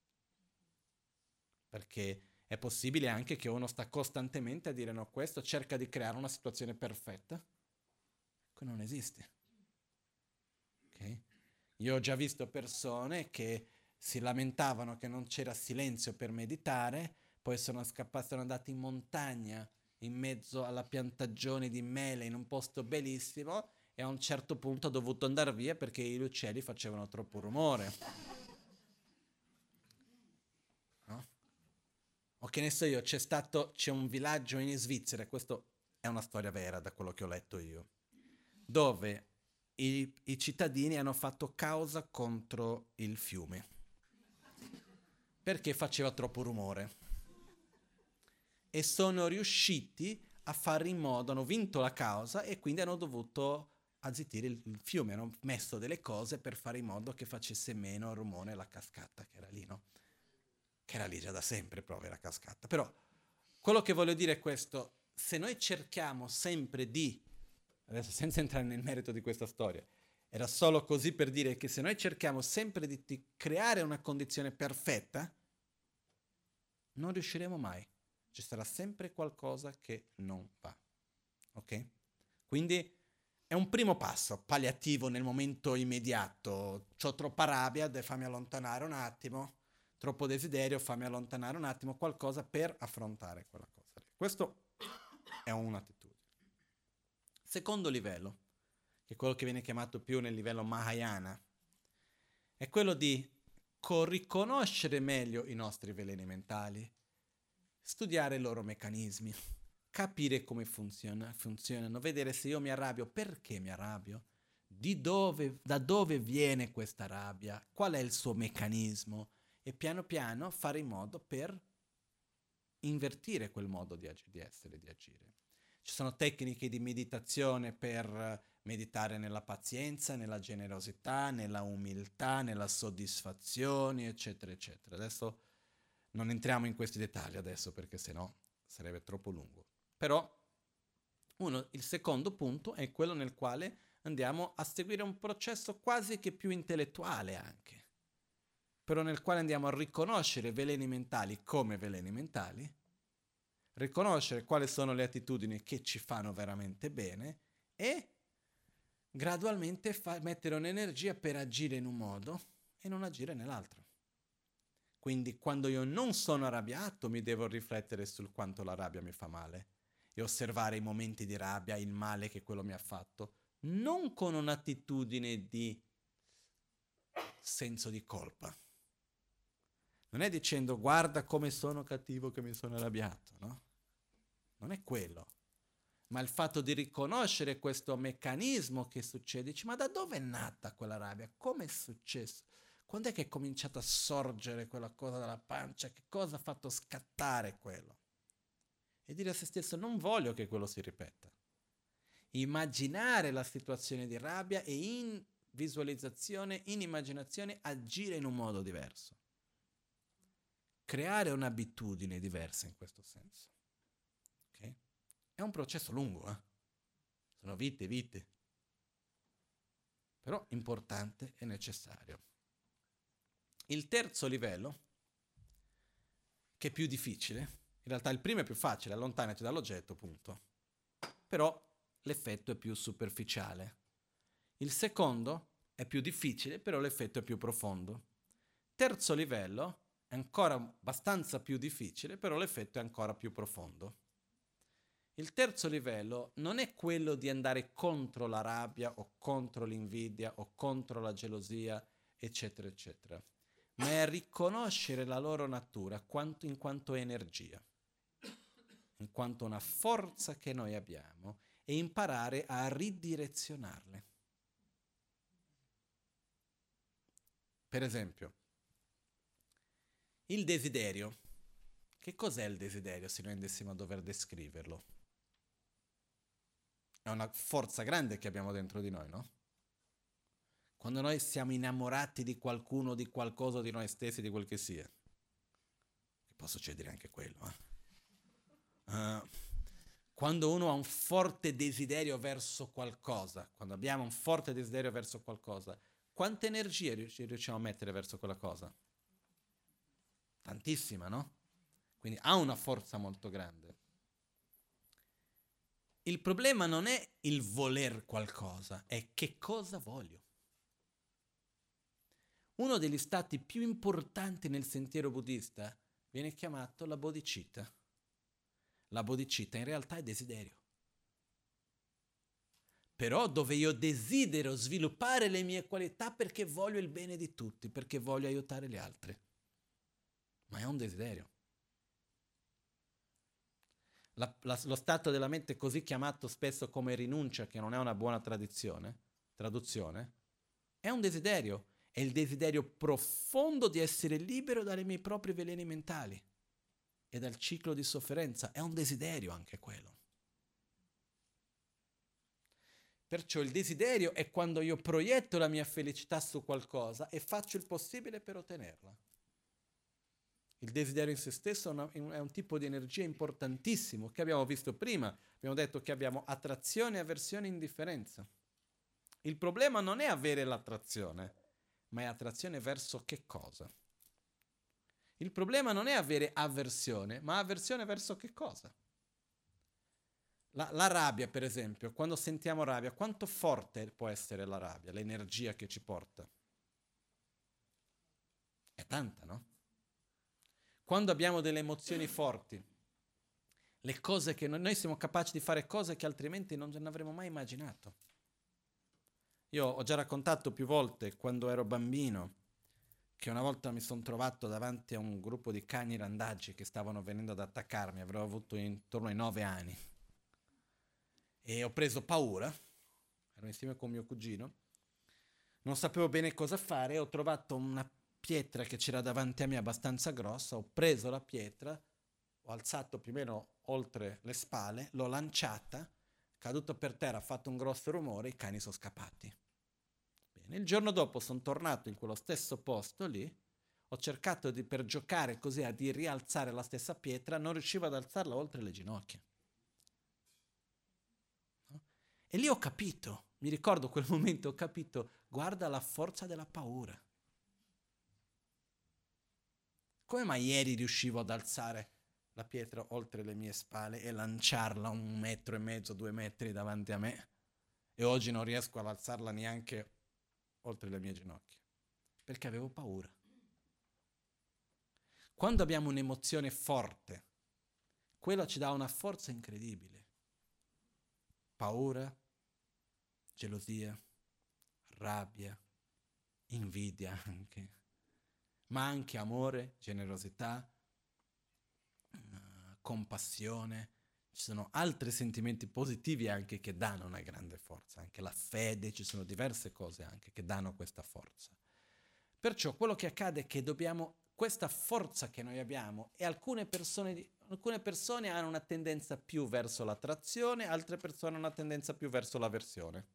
Perché è possibile anche che uno sta costantemente a dire no, questo cerca di creare una situazione perfetta che non esiste. Okay? Io ho già visto persone che si lamentavano che non c'era silenzio per meditare, poi sono scappati, sono andati in montagna in mezzo alla piantagione di mele in un posto bellissimo e a un certo punto ho dovuto andare via perché gli uccelli facevano troppo rumore. No? O che ne so io, c'è stato, c'è un villaggio in Svizzera, questo è una storia vera da quello che ho letto io, dove i, i cittadini hanno fatto causa contro il fiume perché faceva troppo rumore e sono riusciti a fare in modo, hanno vinto la causa e quindi hanno dovuto azzittire il, il fiume, hanno messo delle cose per fare in modo che facesse meno rumore la cascata che era lì, no? Che era lì già da sempre, proprio la cascata. Però quello che voglio dire è questo, se noi cerchiamo sempre di, adesso senza entrare nel merito di questa storia, era solo così per dire che se noi cerchiamo sempre di, di creare una condizione perfetta, non riusciremo mai. Ci sarà sempre qualcosa che non va. Ok? Quindi è un primo passo, palliativo nel momento immediato. C'ho troppa rabbia, fammi allontanare un attimo. Troppo desiderio, fammi allontanare un attimo qualcosa per affrontare quella cosa lì. Questo è un'attitudine. Secondo livello, che è quello che viene chiamato più nel livello Mahayana, è quello di riconoscere meglio i nostri veleni mentali, studiare i loro meccanismi, capire come funziona, funzionano, vedere se io mi arrabbio, perché mi arrabbio, di dove, da dove viene questa rabbia, qual è il suo meccanismo, e piano piano fare in modo per invertire quel modo di, ag- di essere, di agire. Ci sono tecniche di meditazione per meditare nella pazienza, nella generosità, nella umiltà, nella soddisfazione, eccetera, eccetera. Adesso non entriamo in questi dettagli adesso perché sennò sarebbe troppo lungo. Però uno, il secondo punto è quello nel quale andiamo a seguire un processo quasi che più intellettuale anche, però nel quale andiamo a riconoscere veleni mentali come veleni mentali, riconoscere quali sono le attitudini che ci fanno veramente bene e gradualmente fa- mettere un'energia per agire in un modo e non agire nell'altro. Quindi quando io non sono arrabbiato mi devo riflettere sul quanto la rabbia mi fa male e osservare i momenti di rabbia, il male che quello mi ha fatto, non con un'attitudine di senso di colpa. Non è dicendo guarda come sono cattivo che mi sono arrabbiato, no? Non è quello. Ma il fatto di riconoscere questo meccanismo che succede, dici, ma da dove è nata quella rabbia? Come è successo? Quando è che è cominciata a sorgere quella cosa dalla pancia? Che cosa ha fatto scattare quello? E dire a se stesso, non voglio che quello si ripeta. Immaginare la situazione di rabbia e in visualizzazione, in immaginazione, agire in un modo diverso. Creare un'abitudine diversa in questo senso. Okay? È un processo lungo, eh? Sono vite e vite. Però importante e necessario. Il terzo livello, che è più difficile, in realtà il primo è più facile, allontanati dall'oggetto, punto. Però l'effetto è più superficiale. Il secondo è più difficile, però l'effetto è più profondo. Terzo livello è ancora abbastanza più difficile, però l'effetto è ancora più profondo. Il terzo livello non è quello di andare contro la rabbia o contro l'invidia o contro la gelosia, eccetera, eccetera, ma è riconoscere la loro natura quanto, in quanto energia, in quanto una forza che noi abbiamo e imparare a ridirezionarle. Per esempio, il desiderio. Che cos'è il desiderio se noi andessimo a dover descriverlo? È una forza grande che abbiamo dentro di noi, no? Quando noi siamo innamorati di qualcuno, di qualcosa, di noi stessi, di quel che sia. Che può succedere anche quello, eh? Uh, quando uno ha un forte desiderio verso qualcosa, quando abbiamo un forte desiderio verso qualcosa, quanta energia riusciamo a mettere verso quella cosa? Tantissima, no? Quindi ha una forza molto grande. Il problema non è il voler qualcosa, è che cosa voglio. Uno degli stati più importanti nel sentiero buddista viene chiamato la bodhicitta. La bodhicitta in realtà è desiderio. Però dove io desidero sviluppare le mie qualità perché voglio il bene di tutti, perché voglio aiutare gli altri. Ma è un desiderio. La, la, lo stato della mente così chiamato spesso come rinuncia, che non è una buona tradizione, traduzione, è un desiderio. È il desiderio profondo di essere libero dalle miei propri veleni mentali e dal ciclo di sofferenza. È un desiderio anche quello. Perciò il desiderio è quando io proietto la mia felicità su qualcosa e faccio il possibile per ottenerla. Il desiderio in se stesso è un, è un tipo di energia importantissimo che abbiamo visto prima. Abbiamo detto che abbiamo attrazione, avversione e indifferenza. Il problema non è avere l'attrazione, ma è attrazione verso che cosa? Il problema non è avere avversione, ma avversione verso che cosa? La, la rabbia, per esempio, quando sentiamo rabbia, quanto forte può essere la rabbia, l'energia che ci porta? È tanta, no? Quando abbiamo delle emozioni forti, le cose che noi, noi siamo capaci di fare cose che altrimenti non, non avremmo mai immaginato. Io ho già raccontato più volte, quando ero bambino, che una volta mi sono trovato davanti a un gruppo di cani randaggi che stavano venendo ad attaccarmi, avrò avuto intorno ai nove anni, e ho preso paura, ero insieme con mio cugino, non sapevo bene cosa fare, ho trovato una pietra che c'era davanti a me abbastanza grossa, ho preso la pietra, ho alzato più o meno oltre le spalle, l'ho lanciata, caduto per terra, ha fatto un grosso rumore, i cani sono scappati. Bene, il giorno dopo sono tornato in quello stesso posto lì, ho cercato di, per giocare così, a di rialzare la stessa pietra, non riuscivo ad alzarla oltre le ginocchia. No? E lì ho capito, mi ricordo quel momento, ho capito, guarda la forza della paura. Come mai ieri riuscivo ad alzare la pietra oltre le mie spalle e lanciarla un metro e mezzo, due metri davanti a me, e oggi non riesco ad alzarla neanche oltre le mie ginocchia? Perché avevo paura. Quando abbiamo un'emozione forte, quello ci dà una forza incredibile. Paura, gelosia, rabbia, invidia anche, ma anche amore, generosità, compassione. Ci sono altri sentimenti positivi anche che danno una grande forza, anche la fede, ci sono diverse cose anche che danno questa forza. Perciò quello che accade è che dobbiamo, questa forza che noi abbiamo, e alcune persone, alcune persone hanno una tendenza più verso l'attrazione, altre persone hanno una tendenza più verso l'avversione.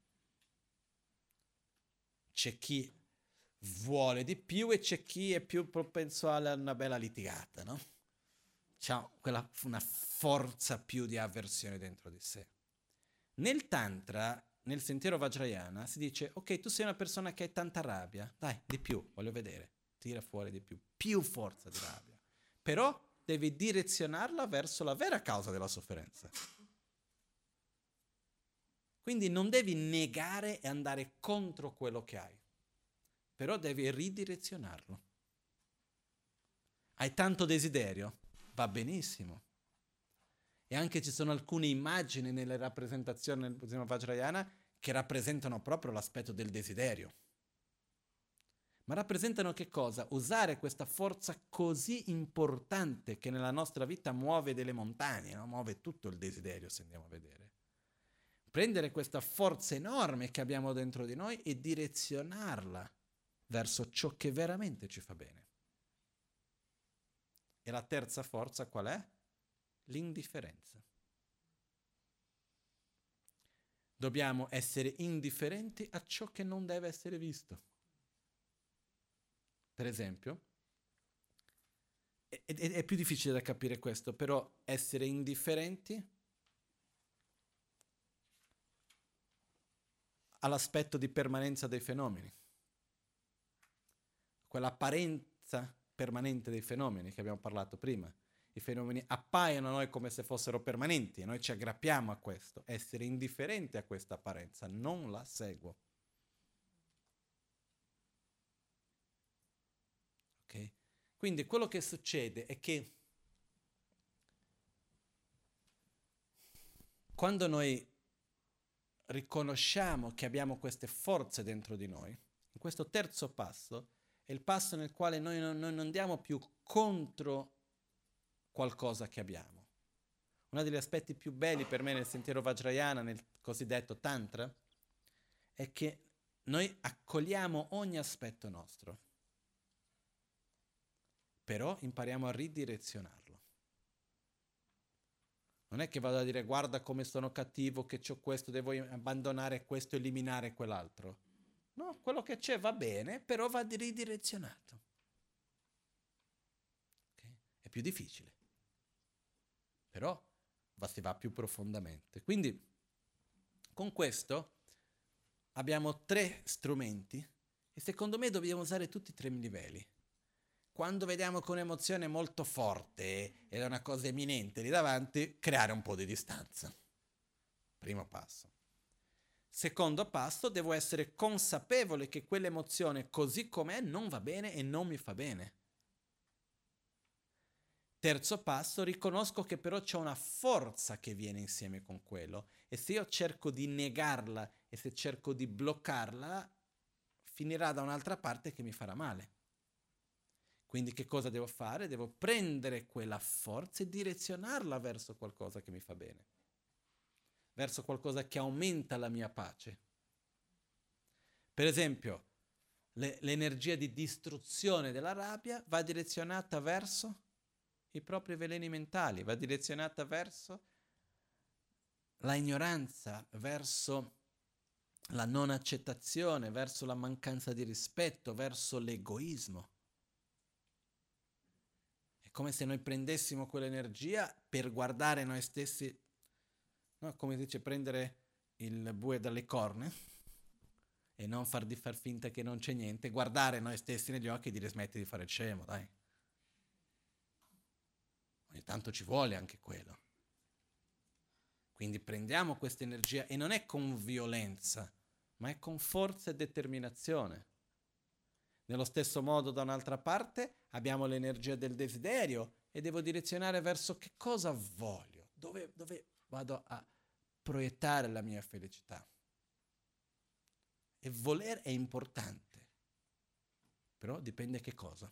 C'è chi vuole di più e c'è chi è più propenso a una bella litigata, no? C'ha quella, una forza più di avversione dentro di sé. Nel Tantra, nel sentiero Vajrayana, si dice, ok, tu sei una persona che hai tanta rabbia, dai, di più, voglio vedere, tira fuori di più, più forza di rabbia. Però devi direzionarla verso la vera causa della sofferenza. Quindi non devi negare e andare contro quello che hai, però devi ridirezionarlo. Hai tanto desiderio? Va benissimo. E anche ci sono alcune immagini nelle rappresentazioni del buddismo vajrayana che rappresentano proprio l'aspetto del desiderio. Ma rappresentano che cosa? Usare questa forza così importante che nella nostra vita muove delle montagne, no? Muove tutto il desiderio, se andiamo a vedere. Prendere questa forza enorme che abbiamo dentro di noi e direzionarla verso ciò che veramente ci fa bene. E la terza forza qual è? L'indifferenza. Dobbiamo essere indifferenti a ciò che non deve essere visto. Per esempio, è, è, è più difficile da capire questo, però essere indifferenti all'aspetto di permanenza dei fenomeni. Quell'apparenza permanente dei fenomeni che abbiamo parlato prima. I fenomeni appaiono a noi come se fossero permanenti e noi ci aggrappiamo a questo. Essere indifferenti a questa apparenza, non la seguo. Ok? Quindi quello che succede è che quando noi riconosciamo che abbiamo queste forze dentro di noi, in questo terzo passo è il passo nel quale noi non, noi non andiamo più contro qualcosa che abbiamo. Uno degli aspetti più belli per me nel sentiero Vajrayana, nel cosiddetto Tantra, è che noi accogliamo ogni aspetto nostro, però impariamo a ridirezionarlo. Non è che vado a dire guarda come sono cattivo, che c'ho questo, devo abbandonare questo, eliminare quell'altro. No, quello che c'è va bene, però va ridirezionato. Okay? È più difficile. Però si va più profondamente. Quindi con questo abbiamo tre strumenti e secondo me dobbiamo usare tutti e tre i livelli. Quando vediamo che un'emozione è molto forte ed è una cosa imminente lì davanti, creare un po' di distanza. Primo passo. Secondo passo, devo essere consapevole che quell'emozione così com'è non va bene e non mi fa bene. Terzo passo, riconosco che però c'è una forza che viene insieme con quello e se io cerco di negarla e se cerco di bloccarla, finirà da un'altra parte che mi farà male. Quindi che cosa devo fare? Devo prendere quella forza e direzionarla verso qualcosa che mi fa bene, verso qualcosa che aumenta la mia pace. Per esempio, le, l'energia di distruzione della rabbia va direzionata verso i propri veleni mentali, va direzionata verso la ignoranza, verso la non accettazione, verso la mancanza di rispetto, verso l'egoismo. È come se noi prendessimo quell'energia per guardare noi stessi, no? Come si dice, prendere il bue dalle corna e non far di far finta che non c'è niente, guardare noi stessi negli occhi e dire smetti di fare il scemo, dai. Ogni tanto ci vuole anche quello. Quindi prendiamo questa energia e non è con violenza, ma è con forza e determinazione. Nello stesso modo, da un'altra parte, abbiamo l'energia del desiderio e devo direzionare verso che cosa voglio, dove, dove vado a proiettare la mia felicità. E voler è importante, però dipende che cosa.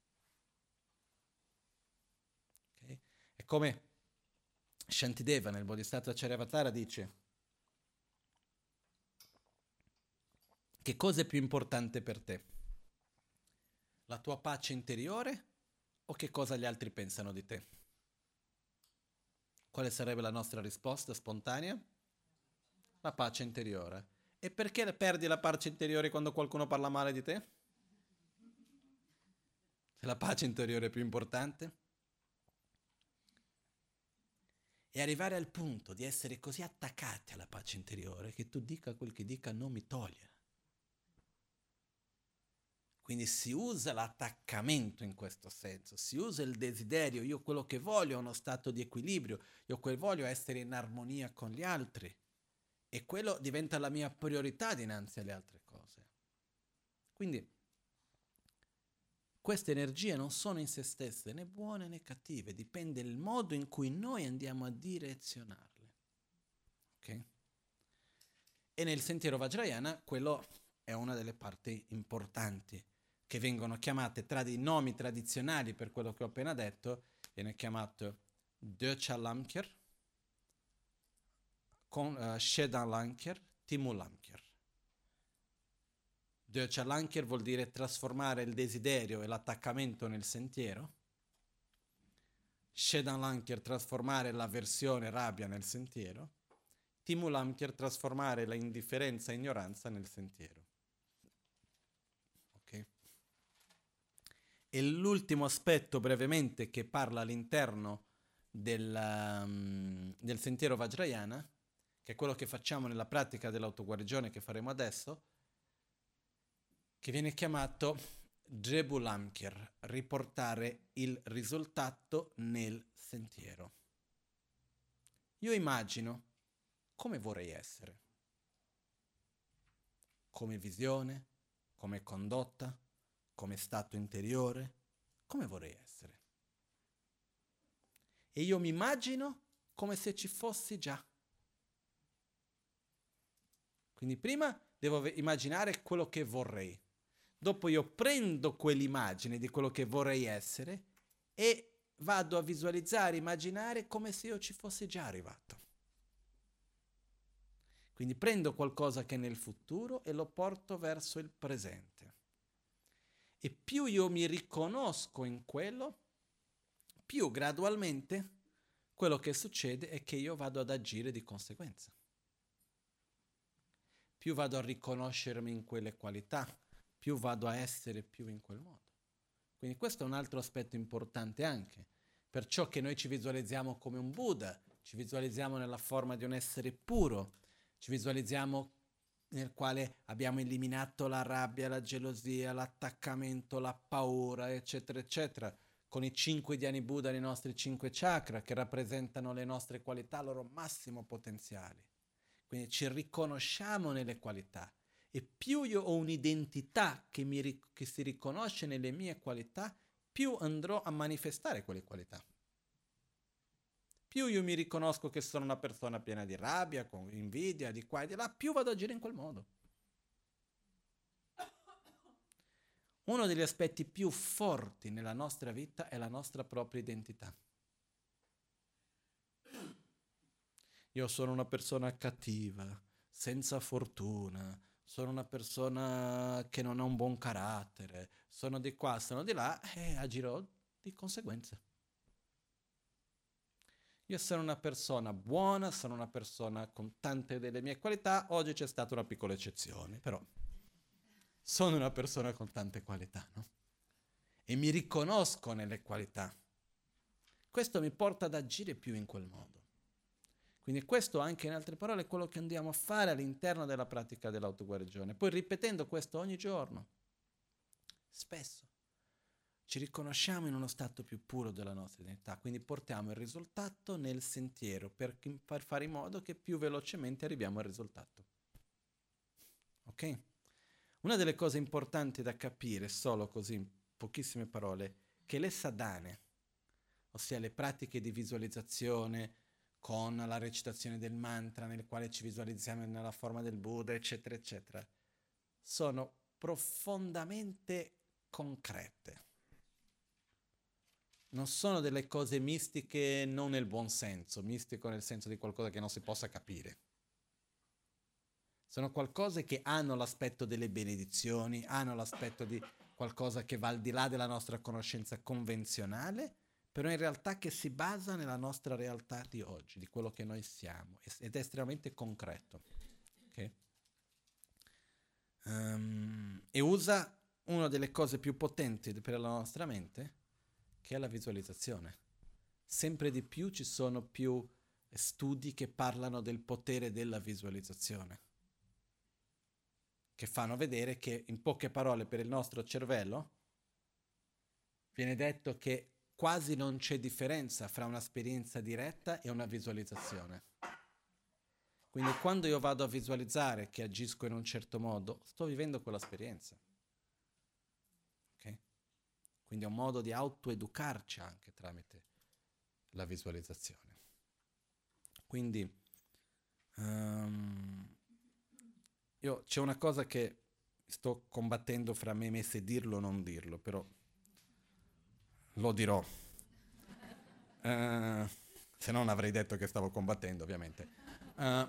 È come Shantideva nel Bodhisattva Charyavatara dice: che cosa è più importante per te? La tua pace interiore o che cosa gli altri pensano di te? Quale sarebbe la nostra risposta spontanea? La pace interiore. E perché perdi la pace interiore quando qualcuno parla male di te? Se la pace interiore è più importante? E arrivare al punto di essere così attaccati alla pace interiore che tu dica quel che dica non mi toglie. Quindi si usa l'attaccamento in questo senso, si usa il desiderio, io quello che voglio è uno stato di equilibrio, io quel voglio essere in armonia con gli altri e quello diventa la mia priorità dinanzi alle altre cose. Quindi queste energie non sono in se stesse né buone né cattive, dipende il modo in cui noi andiamo a direzionarle. Ok? E nel sentiero Vajrayana quello è una delle parti importanti che vengono chiamate tra i nomi tradizionali per quello che ho appena detto, viene chiamato Döchalamkir, uh, Shedalamkir, Timulamkir. Döchalamkir vuol dire trasformare il desiderio e l'attaccamento nel sentiero. Shedalamkir trasformare l'avversione e rabbia nel sentiero. Timulamkir trasformare la indifferenza e ignoranza nel sentiero. Ok? E l'ultimo aspetto brevemente che parla all'interno del, um, del sentiero Vajrayana, che è quello che facciamo nella pratica dell'autoguarigione che faremo adesso, che viene chiamato Jebulamkir, riportare il risultato nel sentiero. Io immagino come vorrei essere, come visione, come condotta, come stato interiore, come vorrei essere. E io mi immagino come se ci fossi già. Quindi prima devo immaginare quello che vorrei. Dopo io prendo quell'immagine di quello che vorrei essere e vado a visualizzare, immaginare come se io ci fossi già arrivato. Quindi prendo qualcosa che è nel futuro e lo porto verso il presente. E più io mi riconosco in quello, più gradualmente quello che succede è che io vado ad agire di conseguenza. Più vado a riconoscermi in quelle qualità, più vado a essere più in quel modo. Quindi questo è un altro aspetto importante anche. Perciò che noi ci visualizziamo come un Buddha, ci visualizziamo nella forma di un essere puro, ci visualizziamo nel quale abbiamo eliminato la rabbia, la gelosia, l'attaccamento, la paura, eccetera, eccetera, con i cinque dhyani Buddha, i nostri cinque chakra, che rappresentano le nostre qualità, il loro massimo potenziale. Quindi ci riconosciamo nelle qualità. E più io ho un'identità che, mi, che si riconosce nelle mie qualità, più andrò a manifestare quelle qualità. più io mi riconosco che sono una persona piena di rabbia, con invidia, di qua e di là, più vado ad agire in quel modo. Uno degli aspetti più forti nella nostra vita è la nostra propria identità. Io sono una persona cattiva, senza fortuna, sono una persona che non ha un buon carattere, sono di qua, sono di là, e agirò di conseguenza. Io sono una persona buona, sono una persona con tante delle mie qualità, oggi c'è stata una piccola eccezione, però sono una persona con tante qualità, no? E mi riconosco nelle qualità. Questo mi porta ad agire più in quel modo. Quindi questo anche in altre parole è quello che andiamo a fare all'interno della pratica dell'autoguarigione. Poi ripetendo questo ogni giorno, spesso, ci riconosciamo in uno stato più puro della nostra identità, quindi portiamo il risultato nel sentiero per, per fare in modo che più velocemente arriviamo al risultato. Ok? Una delle cose importanti da capire, solo così in pochissime parole, che le sadhane, ossia le pratiche di visualizzazione con la recitazione del mantra nel quale ci visualizziamo nella forma del Buddha, eccetera, eccetera, sono profondamente concrete. Non sono delle cose mistiche non nel buon senso, mistico nel senso di qualcosa che non si possa capire. Sono qualcosa che hanno l'aspetto delle benedizioni, hanno l'aspetto di qualcosa che va al di là della nostra conoscenza convenzionale, però in realtà che si basa nella nostra realtà di oggi, di quello che noi siamo, ed è estremamente concreto. Okay? Um, e usa una delle cose più potenti per la nostra mente, che è la visualizzazione. Sempre di più ci sono più studi che parlano del potere della visualizzazione, che fanno vedere che, in poche parole, per il nostro cervello, viene detto che quasi non c'è differenza fra un'esperienza diretta e una visualizzazione. Quindi quando io vado a visualizzare che agisco in un certo modo, sto vivendo quell'esperienza. Okay? Quindi è un modo di autoeducarci anche tramite la visualizzazione. Quindi um, io c'è una cosa che sto combattendo fra me e me se dirlo o non dirlo, però lo dirò. Uh, se non avrei detto che stavo combattendo, ovviamente. Uh,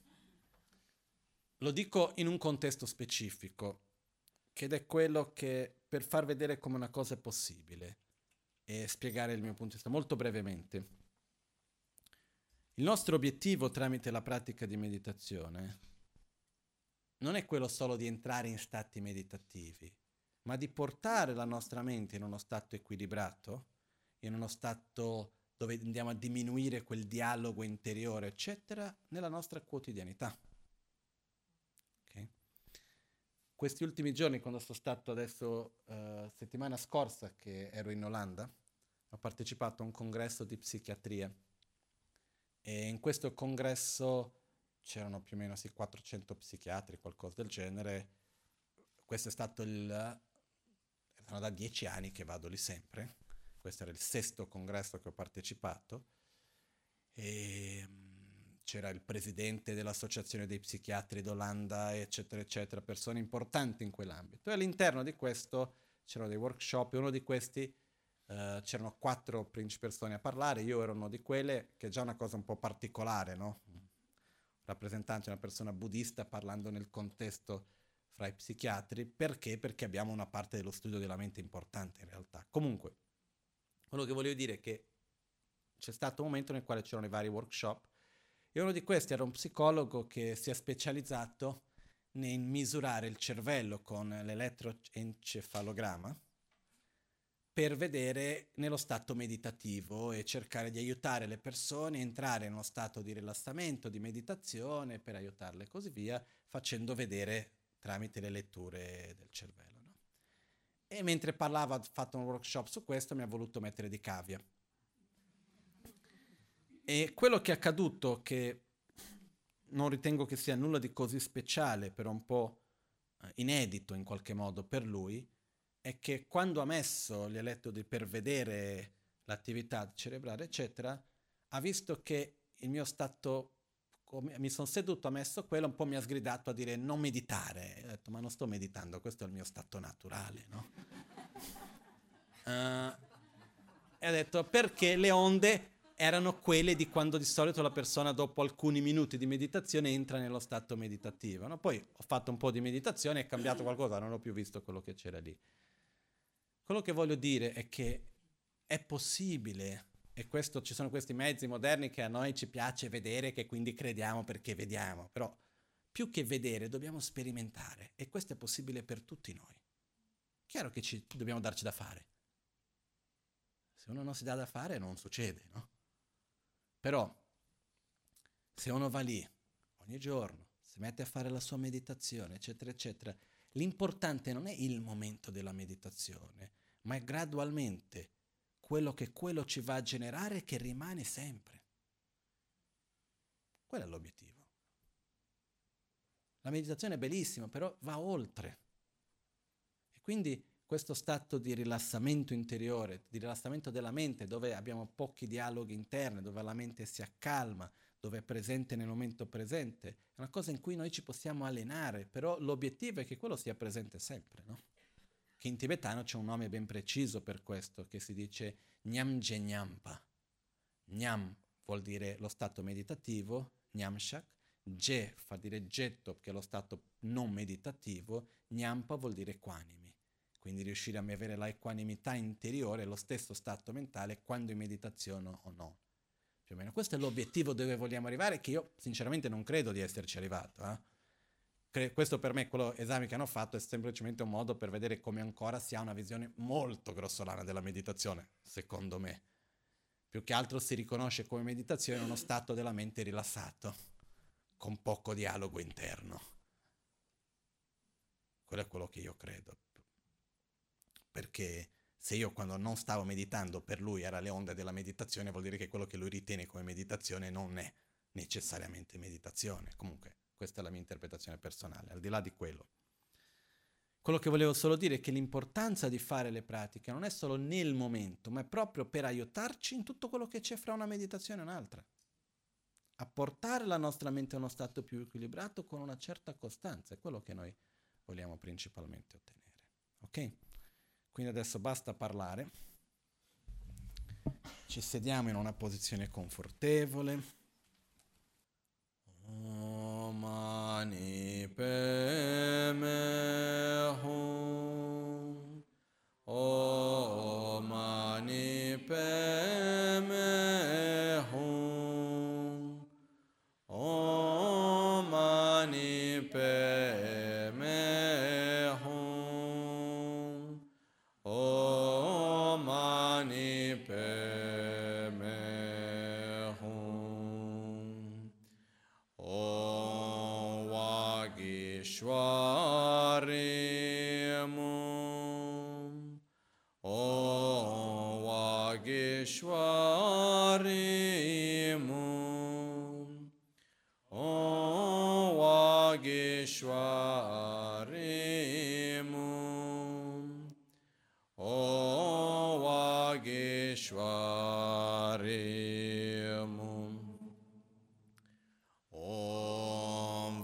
lo dico in un contesto specifico, che è quello che, per far vedere come una cosa è possibile e spiegare il mio punto di vista molto brevemente. Il nostro obiettivo tramite la pratica di meditazione non è quello solo di entrare in stati meditativi, ma di portare la nostra mente in uno stato equilibrato, in uno stato dove andiamo a diminuire quel dialogo interiore, eccetera, nella nostra quotidianità. Okay? Questi ultimi giorni, quando sono stato adesso, uh, settimana scorsa che ero in Olanda, ho partecipato a un congresso di psichiatria e in questo congresso c'erano più o meno sì, quattrocento psichiatri, qualcosa del genere. Questo è stato il... sono da dieci anni che vado lì sempre. Questo era il sesto congresso che ho partecipato. E um, c'era il presidente dell'Associazione dei Psichiatri d'Olanda, eccetera, eccetera, persone importanti in quell'ambito. E all'interno di questo c'erano dei workshop, e uno di questi uh, c'erano quattro persone a parlare, io ero uno di quelle, che è già una cosa un po' particolare, no? Rappresentante una persona buddista parlando nel contesto fra i psichiatri. Perché? Perché abbiamo una parte dello studio della mente importante in realtà. Comunque, quello che volevo dire è che c'è stato un momento nel quale c'erano i vari workshop e uno di questi era un psicologo che si è specializzato nel misurare il cervello con l'elettroencefalogramma per vedere nello stato meditativo e cercare di aiutare le persone a entrare in uno stato di rilassamento, di meditazione, per aiutarle e così via, facendo vedere tramite le letture del cervello. No? E mentre parlava, ha fatto un workshop su questo, mi ha voluto mettere di cavia. E quello che è accaduto, che non ritengo che sia nulla di così speciale, però un po' inedito in qualche modo per lui, è che quando ha messo gli elettrodi per vedere l'attività cerebrale, eccetera, ha visto che il mio stato, come, mi sono seduto, ho messo quello, un po' mi ha sgridato a dire non meditare. E ho detto, ma non sto meditando, questo è il mio stato naturale, no? Uh, e ha detto, perché le onde erano quelle di quando di solito la persona dopo alcuni minuti di meditazione entra nello stato meditativo, no? Poi ho fatto un po' di meditazione, è cambiato qualcosa, non ho più visto quello che c'era lì. Quello che voglio dire è che è possibile, e questo, ci sono questi mezzi moderni che a noi ci piace vedere, che quindi crediamo perché vediamo, però più che vedere dobbiamo sperimentare, e questo è possibile per tutti noi. Chiaro che ci dobbiamo darci da fare. Se uno non si dà da fare non succede, no? Però se uno va lì ogni giorno, si mette a fare la sua meditazione, eccetera, eccetera, l'importante non è il momento della meditazione, ma è gradualmente quello che quello ci va a generare, che rimane sempre. Quello è l'obiettivo. La meditazione è bellissima, però va oltre. E quindi questo stato di rilassamento interiore, di rilassamento della mente, dove abbiamo pochi dialoghi interni, dove la mente si accalma, dove è presente nel momento presente, è una cosa in cui noi ci possiamo allenare, però l'obiettivo è che quello sia presente sempre, no? Che in tibetano c'è un nome ben preciso per questo, che si dice Nyamje Nyampa. Nyam vuol dire lo stato meditativo, Nyamshak, Je fa dire Jetto, che è lo stato non meditativo, Nyampa vuol dire equanimi. Quindi riuscire a avere la equanimità interiore, lo stesso stato mentale, quando in meditazione o no. Più o meno questo è l'obiettivo dove vogliamo arrivare, che io sinceramente non credo di esserci arrivato. Eh? Cre- questo per me, quello esami che hanno fatto, è semplicemente un modo per vedere come ancora si ha una visione molto grossolana della meditazione, secondo me. Più che altro si riconosce come meditazione uno stato della mente rilassato, con poco dialogo interno. Quello è quello che io credo. Perché se io quando non stavo meditando per lui era le onde della meditazione, vuol dire che quello che lui ritiene come meditazione non è necessariamente meditazione. Comunque, questa è la mia interpretazione personale, al di là di quello. Quello che volevo solo dire è che l'importanza di fare le pratiche non è solo nel momento, ma è proprio per aiutarci in tutto quello che c'è fra una meditazione e un'altra. A portare la nostra mente a uno stato più equilibrato con una certa costanza, è quello che noi vogliamo principalmente ottenere. Ok? Quindi adesso basta parlare, ci sediamo in una posizione confortevole. Om Mani Padme Hum. Om Mani Padme Hum. Om Mani Padme Hum. Om Mani Padme Hum. Om Vagishwari Mum. Om Vagishwari Mum. Om Vagishwari Mum. Om Vagishwari Mum. Om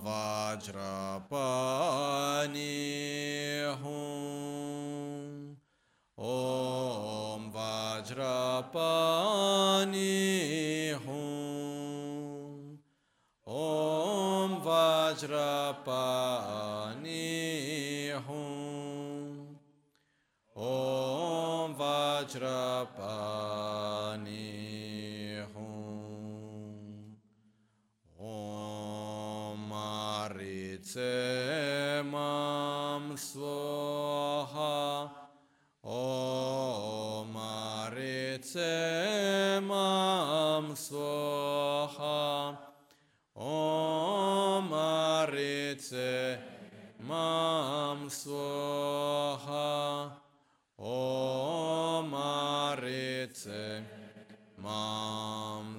Vajrapani Hum. Om Vajrapani Hum. Om Vajrapani Hum. Om Vajrapani Hum. Om Maritse Mam Swaha. Om Maritse Mam Swaha. Om Maritse Mam Swaha. Om Maritse Mam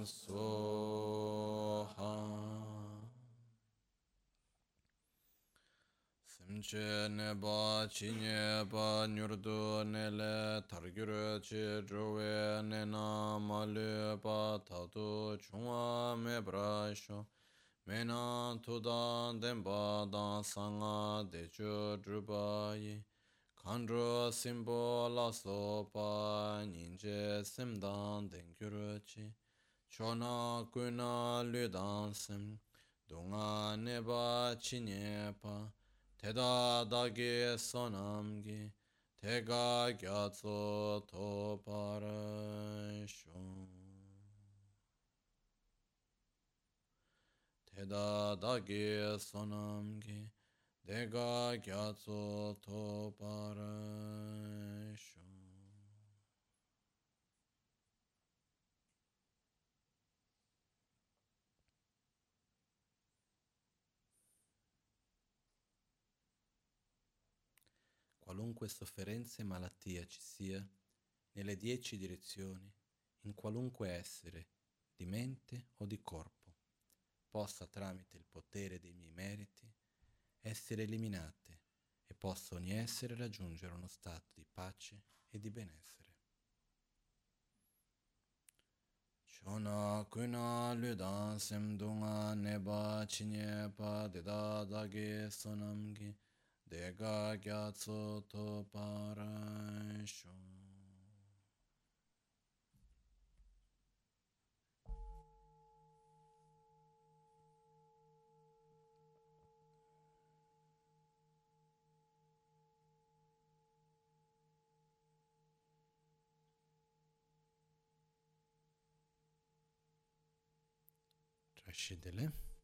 Swaha. Che ne ba chi ne ba nyurdu ne le targyur chi drove ne na ma le ba tatu chungwa me brasho me na tu dan den ba dan sanga de chu drupa yi kandro simbo la so pa ninje sim dan den gyur chi chona kuna lu dan sim dunga ne ba chi ne pa Teda dagi sonamgi, tega gyatso to parasho. Teda dagi sonamgi, tega gyatso to parasho. Qualunque sofferenza e malattia ci sia, nelle dieci direzioni, in qualunque essere, di mente o di corpo, possa tramite il potere dei miei meriti essere eliminate e possa ogni essere raggiungere uno stato di pace e di benessere. Shona kuna ludan semdunga neba chinyepa deda dagi sonamgi dega gyatso to parasho. Trascendele.